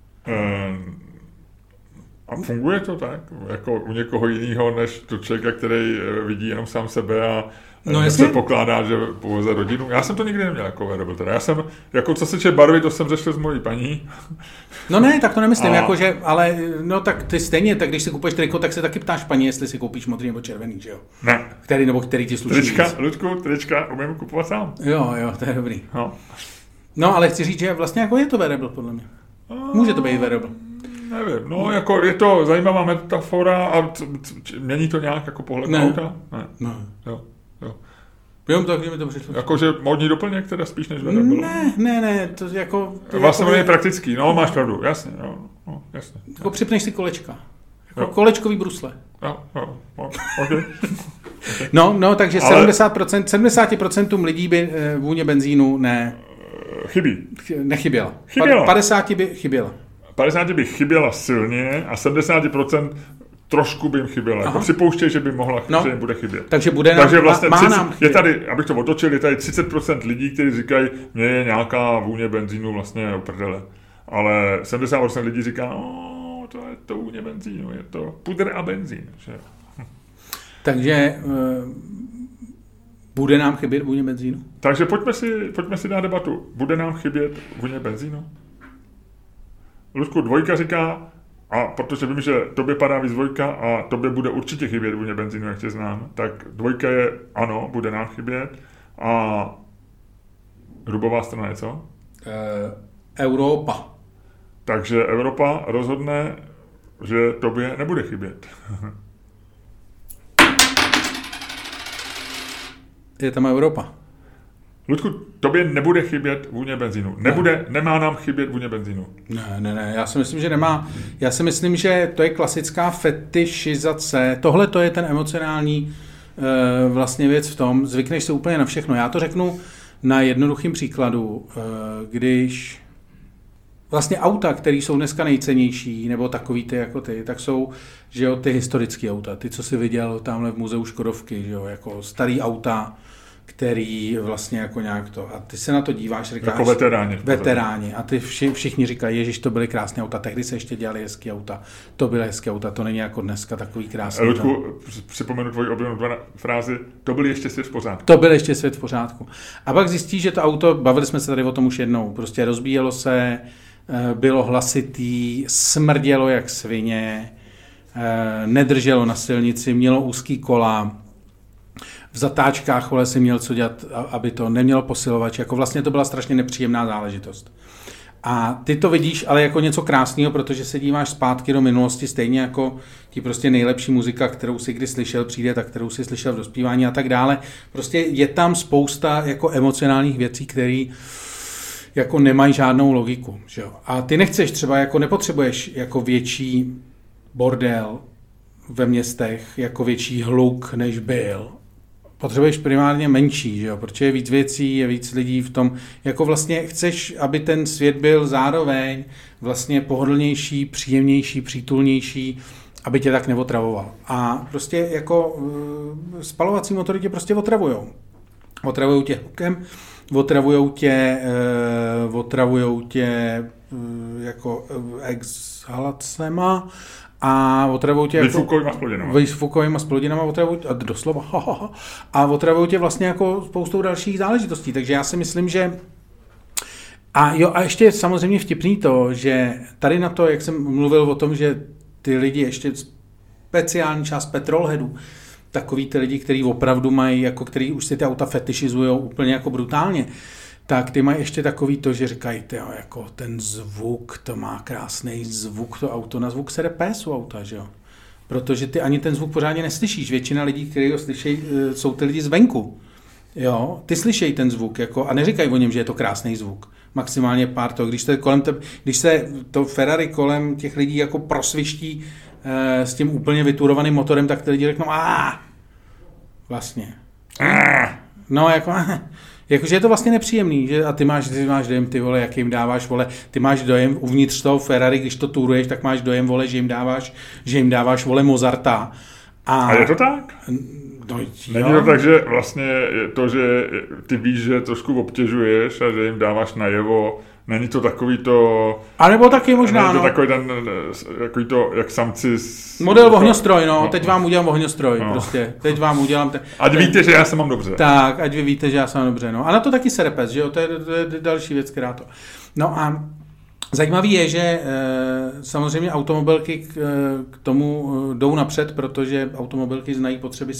A funguje to tak? Jako u někoho jiného, než to člověka, který vidí jenom sám sebe a se pokládá, že poveze rodinu. Já jsem to nikdy neměl jako wearable. Teda já jsem, jako co se týče barvy, to jsem řešil s mojí paní. No ne, tak to nemyslím, jakože, ale no tak ty stejně, tak když si kupuješ triko, tak se taky ptáš paní, jestli si koupíš modrý nebo červený, že jo? Ne. Který ti sluší. Trička umím kupovat sám. Jo, to je dobrý. No, ale chci říct, že vlastně jako je to wearable, podle mě. Může to být wearable. Nevím, no jako je to zajímavá metafora a mění to nějak jako pohled na auta? Ne. Jo. Jo, tak mi to přišlo. Jakože módní doplněk teda spíš než wearable? Ne, to jako... Vlastně je praktický, no máš pravdu, jasně, jo. No, jasně. Jako připneš si kolečka. Jako kolečkový brusle. Jo, okay. No, takže 70% lidí by vůně benzínu nechyběla. 50 by chyběla. 50 by chyběla silně a 70% trošku by jim chyběla. Jako připouštěj, že by mohla, že jim bude chybět. Takže vlastně nám chybět. Je tady, abych to otočil, je tady 30% lidí, kteří říkají, mně je nějaká vůně benzínu vlastně uprdele. Ale 70% lidí říká, to je to vůně benzínu, je to pudr a benzín. Že? Takže bude nám chybět vůně benzínu? Takže pojďme si dát debatu. Bude nám chybět vůně benzínu? Luďku, 2 říká, a protože vím, že tobě padá víc 2 a tobě bude určitě chybět vůně benzínu, jak tě znám, tak 2 je ano, bude nám chybět. A Rubová strana je co? Evropa. Takže Evropa rozhodne, že tobě nebude chybět. Je tam Evropa. Ludku, tobě nebude chybět vůně benzínu. Nemá nám chybět vůně benzínu. Ne, já si myslím, že nemá. Já si myslím, že to je klasická fetišizace. Tohle to je ten emocionální vlastně věc v tom, zvykneš se úplně na všechno. Já to řeknu na jednoduchým příkladu, když vlastně auta, které jsou dneska nejcennější, nebo takový ty jako ty, tak jsou, že jo, ty historické auta. Ty, co jsi viděl tamhle v muzeu Škodovky, že jo, jako starý auta, který vlastně jako nějak to. A ty se na to díváš, říkáš... Jako veteráni. A ty všichni říkají, ježiš, to byly krásné auta, tehdy se ještě dělali hezké auta. To byly hezké auta, to není jako dneska takový krásný. Ludku, připomenu tvoji oblíbenou frázi, to byl ještě svět v pořádku. To byl ještě svět v pořádku. A pak zjistíš, že to auto, bavili jsme se tady o tom už jednou, prostě rozbíjelo se, bylo hlasitý, smrdělo jak svině, nedrželo na silnici, mělo úzký kola, v zatáčkách vole si měl co dělat, aby to nemělo posilovač, jako vlastně to byla strašně nepříjemná záležitost. A ty to vidíš, ale jako něco krásného, protože se díváš zpátky do minulosti, stejně jako ti prostě nejlepší muzika, kterou si kdy slyšel, přijde, tak kterou si slyšel v dospívání a tak dále. Prostě je tam spousta jako emocionálních věcí, které jako nemají žádnou logiku. Že jo? A ty nechceš třeba, jako nepotřebuješ jako větší bordel ve městech, jako větší hluk, než byl. Potřebuješ primárně menší, že jo? Protože je víc věcí, je víc lidí v tom. Jako vlastně chceš, aby ten svět byl zároveň vlastně pohodlnější, příjemnější, přítulnější, aby tě tak neotravoval. A prostě jako spalovací motory tě prostě otravujou. Otravujou tě hlukem, otravujou tě jako exhalacema a otravujou tě výfukovýma splodinama otravují, doslova, a otravují tě vlastně jako spoustou dalších záležitostí. Takže já si myslím, že a ještě samozřejmě vtipný to, že tady na to, jak jsem mluvil o tom, že ty lidi, ještě speciální část petrolheadů, takový ty lidi, kteří opravdu mají, jako který už si ty auta fetišizujou úplně jako brutálně, tak ty mají ještě takový to, že říkají, tyjo, jako ten zvuk, to má krásný zvuk, to auto, na zvuk se jde pés u auta, že jo? Protože ty ani ten zvuk pořádně neslyšíš. Většina lidí, kteří ho slyší, jsou ty lidi zvenku. Jo, ty slyšejí ten zvuk jako, a neříkají o něm, že je to krásný zvuk. Maximálně pár toho. Když se to Ferrari kolem těch lidí jako prosviští s tím úplně vyturovaným motorem, tak ty lidi řeknou vlastně. No jako jakože je to vlastně nepříjemný, že? A ty máš dojem, ty vole, jak jim dáváš, vole, ty máš dojem uvnitř toho Ferrari, když to turuješ, tak máš dojem, vole, že jim dáváš, vole, Mozarta. A je to tak? No, není to tak, že vlastně to, že ty víš, že trošku obtěžuješ a že jim dáváš najevo, není to takový to... A nebo taky možná, není to takový ten, takový to, jak samci... Model ohňostroj, no, teď vám udělám ohňostroj, prostě, teď vám udělám... Ať víte, že já se mám dobře. Tak, ať vy víte, že já se mám dobře, no. A na to taky se repes, že jo, to je další věc, která to... No a zajímavý je, že samozřejmě automobilky k tomu jdou napřed, protože automobilky znají potřeby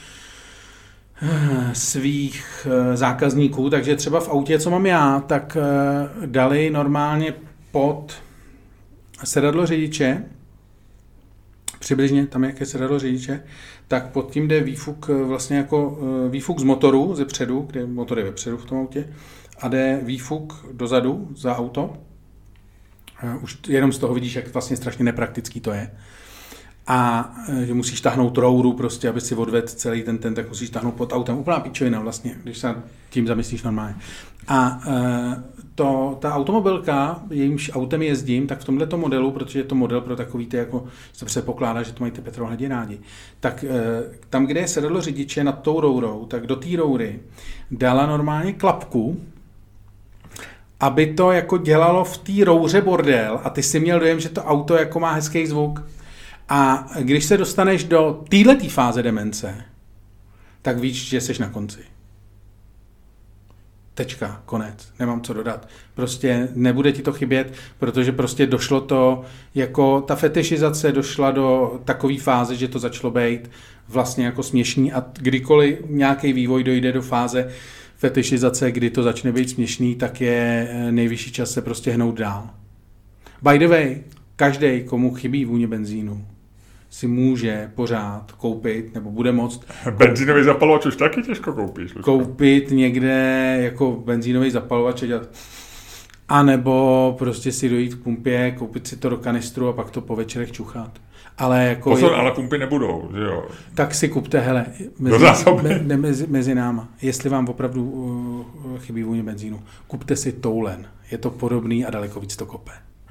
svých zákazníků, takže třeba v autě, co mám já, tak dali normálně pod sedadlo řidiče, přibližně tam, jak je sedadlo řidiče, tak pod tím jde výfuk vlastně jako výfuk z motoru ze předu, kde motor je vepředu v tom autě, a jde výfuk dozadu za auto, Už jenom z toho vidíš, jak vlastně strašně nepraktický to je. A že musíš tahnout rouru prostě, aby si odvedl celý ten, tak musíš tahnout pod autem. Úplná pičovina vlastně, když se tím zamyslíš normálně. A ta automobilka, jejímž autem jezdím, tak v tomhleto modelu, protože je to model pro takový ty, jako se předpokládá, že to mají ty petrolhadi rádi, tak tam, kde je sedadlo řidiče nad tou rourou, tak do té roury dala normálně klapku, aby to jako dělalo v té rouře bordel a ty si měl dojem, že to auto jako má hezký zvuk. A když se dostaneš do této fáze demence, tak víš, že jsi na konci. Tečka, konec, nemám co dodat. Prostě nebude ti to chybět, protože prostě došlo to, jako ta fetišizace došla do takové fáze, že to začalo být vlastně jako směšný a kdykoliv nějaký vývoj dojde do fáze fetišizace, kdy to začne být směšný, tak je nejvyšší čas se prostě hnout dál. By the way, každý, komu chybí vůně benzínu, si může pořád koupit, nebo bude moct... Benzínový zapalovač už taky těžko koupíš. Koupit někde jako benzínový zapalovač a nebo prostě si dojít k pumpě, koupit si to do kanistru a pak to po večerech čuchat. Ale jako... Pozor, ale pumpy nebudou, že jo? Tak si kupte, hele, mezi náma, jestli vám opravdu chybí vůně benzínu, kupte si Toulen. Je to podobný a daleko víc to kope.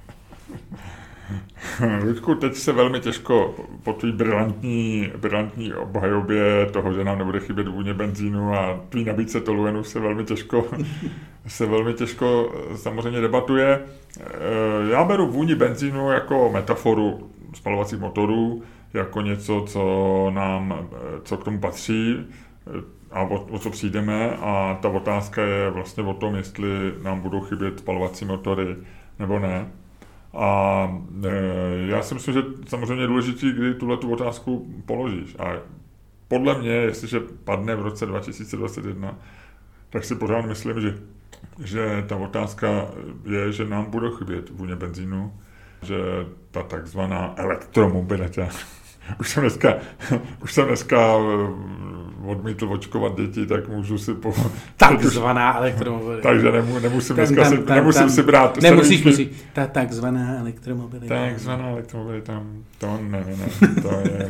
Luďku, teď se velmi těžko po tvý brilantní obhajobě toho, že nám nebude chybět vůně benzínu a tvý nabídce Toluenu se velmi těžko samozřejmě debatuje. Já beru vůni benzínu jako metaforu spalovacích motorů, jako něco, co k tomu patří a o co přijdeme a ta otázka je vlastně o tom, jestli nám budou chybět spalovací motory nebo ne. A já si myslím, že samozřejmě je důležitý, kdy tu otázku položíš. A podle mě, jestliže padne v roce 2021, tak si pořád myslím, že ta otázka je, že nám bude chybět vůně benzínu, že ta takzvaná elektromobilita. Už jsem dneska odmítl očkovat děti, tak můžu si takzvaná elektromobilita. Takže nemusím si brát... Nemusíš. Ta takzvaná elektromobilita. Takzvaná elektromobilita. To ne. To je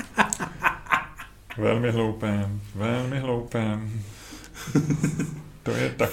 velmi hloupé. To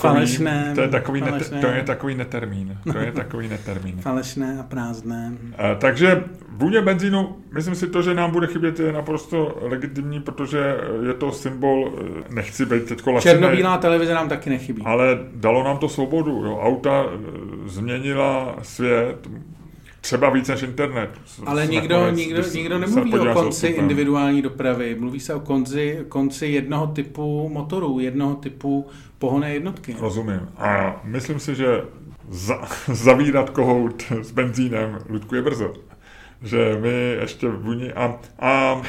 je takový netermín. Falešné a prázdné. Takže vůně benzínu, myslím si to, že nám bude chybět, je naprosto legitimní, protože je to symbol, nechci být teďko lacinej. Černobílá televize nám taky nechybí. Ale dalo nám to svobodu. Jo. Auta změnila svět, třeba víc než internet. Ale nikdo nemluví o konci individuální dopravy. Mluví se o konci jednoho typu motorů, jednoho typu pohonné jednotky. Rozumím. A myslím si, že zavírat kohout s benzínem, Ludku, je brzo. Že my ještě vůni a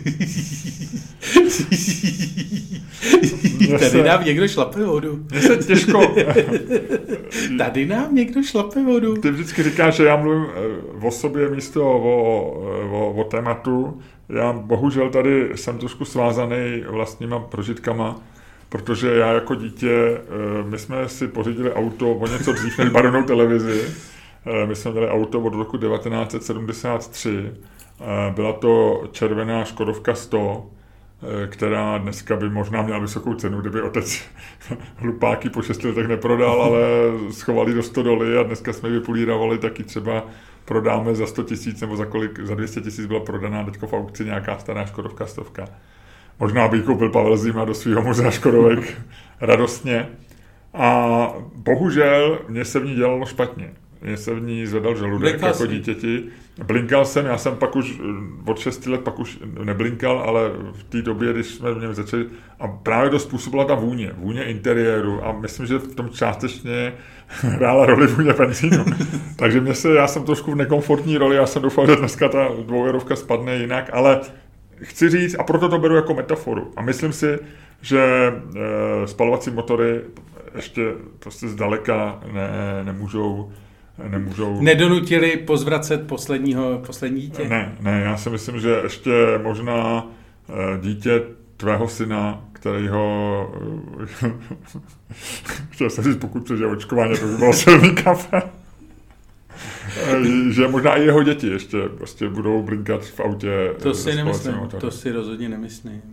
Tady nám někdo šlape vodu. Mně se těžko... Tady nám někdo šlape vodu. Ty vždycky říkáš, že já mluvím o sobě místo o tématu. Já bohužel tady jsem trošku svázaný vlastníma prožitkama, protože já jako dítě, my jsme si pořídili auto o něco dřív než barevnou televizi. My jsme měli auto od roku 1973. Byla to červená Škodovka 100, která dneska by možná měla vysokou cenu, kdyby otec hlupáky po 6 letech neprodal, ale schovali do stodoly a dneska jsme ji vypolírovali, taky třeba prodáme za 100 000 nebo za 200 000 byla prodaná teďko v aukci nějaká stará Škodovka 100. Možná by ji koupil Pavel Zima do svého muzea Škodovek radostně. A bohužel mě se v ní dělalo špatně. Mně se v ní zvedal žaludek jako dítěti. Blinkal jsem, já jsem pak už od 6 let pak už neblinkal, ale v té době, když jsme v něm začali, a právě to způsobila ta vůně interiéru a myslím, že v tom částečně hrála roli vůně benzínu. Takže já jsem trošku v nekomfortní roli, já jsem doufal, že dneska ta 2eurovka spadne jinak, ale chci říct, a proto to beru jako metaforu. A myslím si, že spalovací motory ještě prostě zdaleka nemůžou... Nedonutili pozvracet poslední dítě? Ne, já si myslím, že ještě možná dítě tvého syna, kterýho chtěl jsem říct, pokud přežije očkování, to by bylo silný kafe. že možná i jeho děti ještě prostě budou blinkat v autě. To si nemyslím, to si rozhodně nemyslím.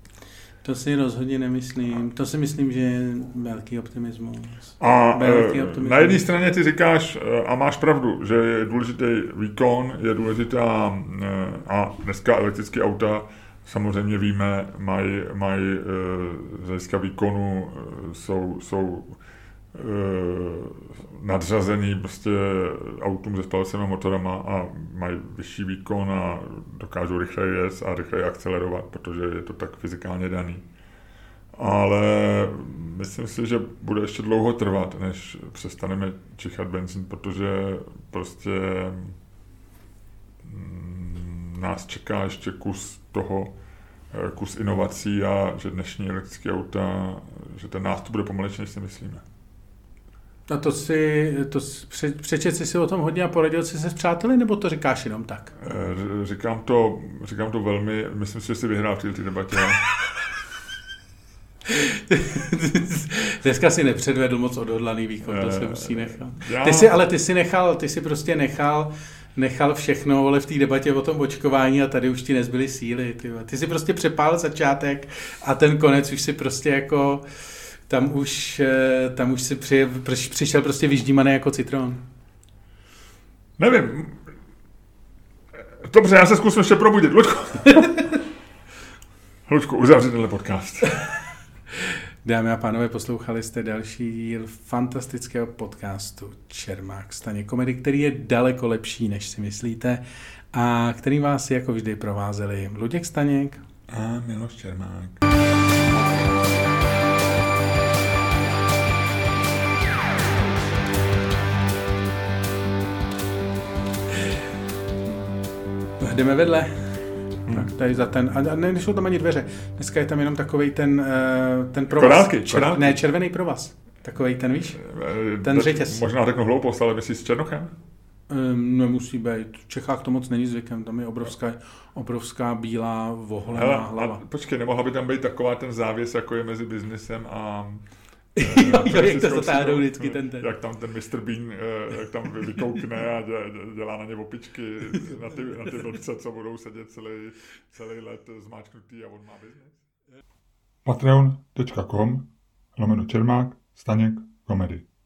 To si myslím, že je velký optimismus. A na jedné straně ty říkáš, a máš pravdu, že je důležitý výkon, je důležitá, a dneska elektrické auta, samozřejmě víme, mají z hlediska výkonu, jsou nadřazený prostě autům se spalovacími motorama a mají vyšší výkon a dokážou rychleji jet a rychleji akcelerovat, protože je to tak fyzikálně daný. Ale myslím si, že bude ještě dlouho trvat, než přestaneme čichat benzín, protože prostě nás čeká ještě kus inovací a že dnešní elektrické auta, že ten nástup bude pomalejší, než si myslíme. A přečet jsi si o tom hodně a poradil jsi se s přáteli, nebo to říkáš jenom tak? Říkám to velmi, myslím si, že jsi vyhrál v této debatě. Dneska si nepředvedl moc odhodlaný výkon, to se musí nechat. Ty si prostě nechal všechno, ale v té debatě o tom očkování a tady už ti nezbyly síly. Ty si prostě přepálil začátek a ten konec už si prostě jako... Tam už si přišel prostě vyždímaný jako citron. Nevím. Dobře, já se zkusím ještě probudit. Luďku, uzavři tenhle podcast. Dámy a pánové, poslouchali jste další díl fantastického podcastu Čermák Staněk Komedy, který je daleko lepší, než si myslíte a který vás jako vždy provázeli Luděk Staněk a Miloš Čermák. Jdeme vedle. Tak, tady za ten, a nejsou tam ani dveře. Dneska je tam jenom takovej ten provaz. Korálky. Ne, červený provaz. Takovej ten, víš? Ten řetěz. Možná řeknu hloupost, ale myslíš s Černochem? Nemusí být. V Čechách to moc není zvykem. Tam je obrovská bílá voholená hlava. A počkej, nemohla by tam být taková ten závěs, jako je mezi biznesem a... jak to zatáhnou vždycky ten. Jak tam ten Mr. Bean, jak tam vykoukne a dělá na ně opičky na ty vlčce, co budou sedět celý let zmáčknutý a on má biznes. Patreon.com/Čermák Staněk Komedy.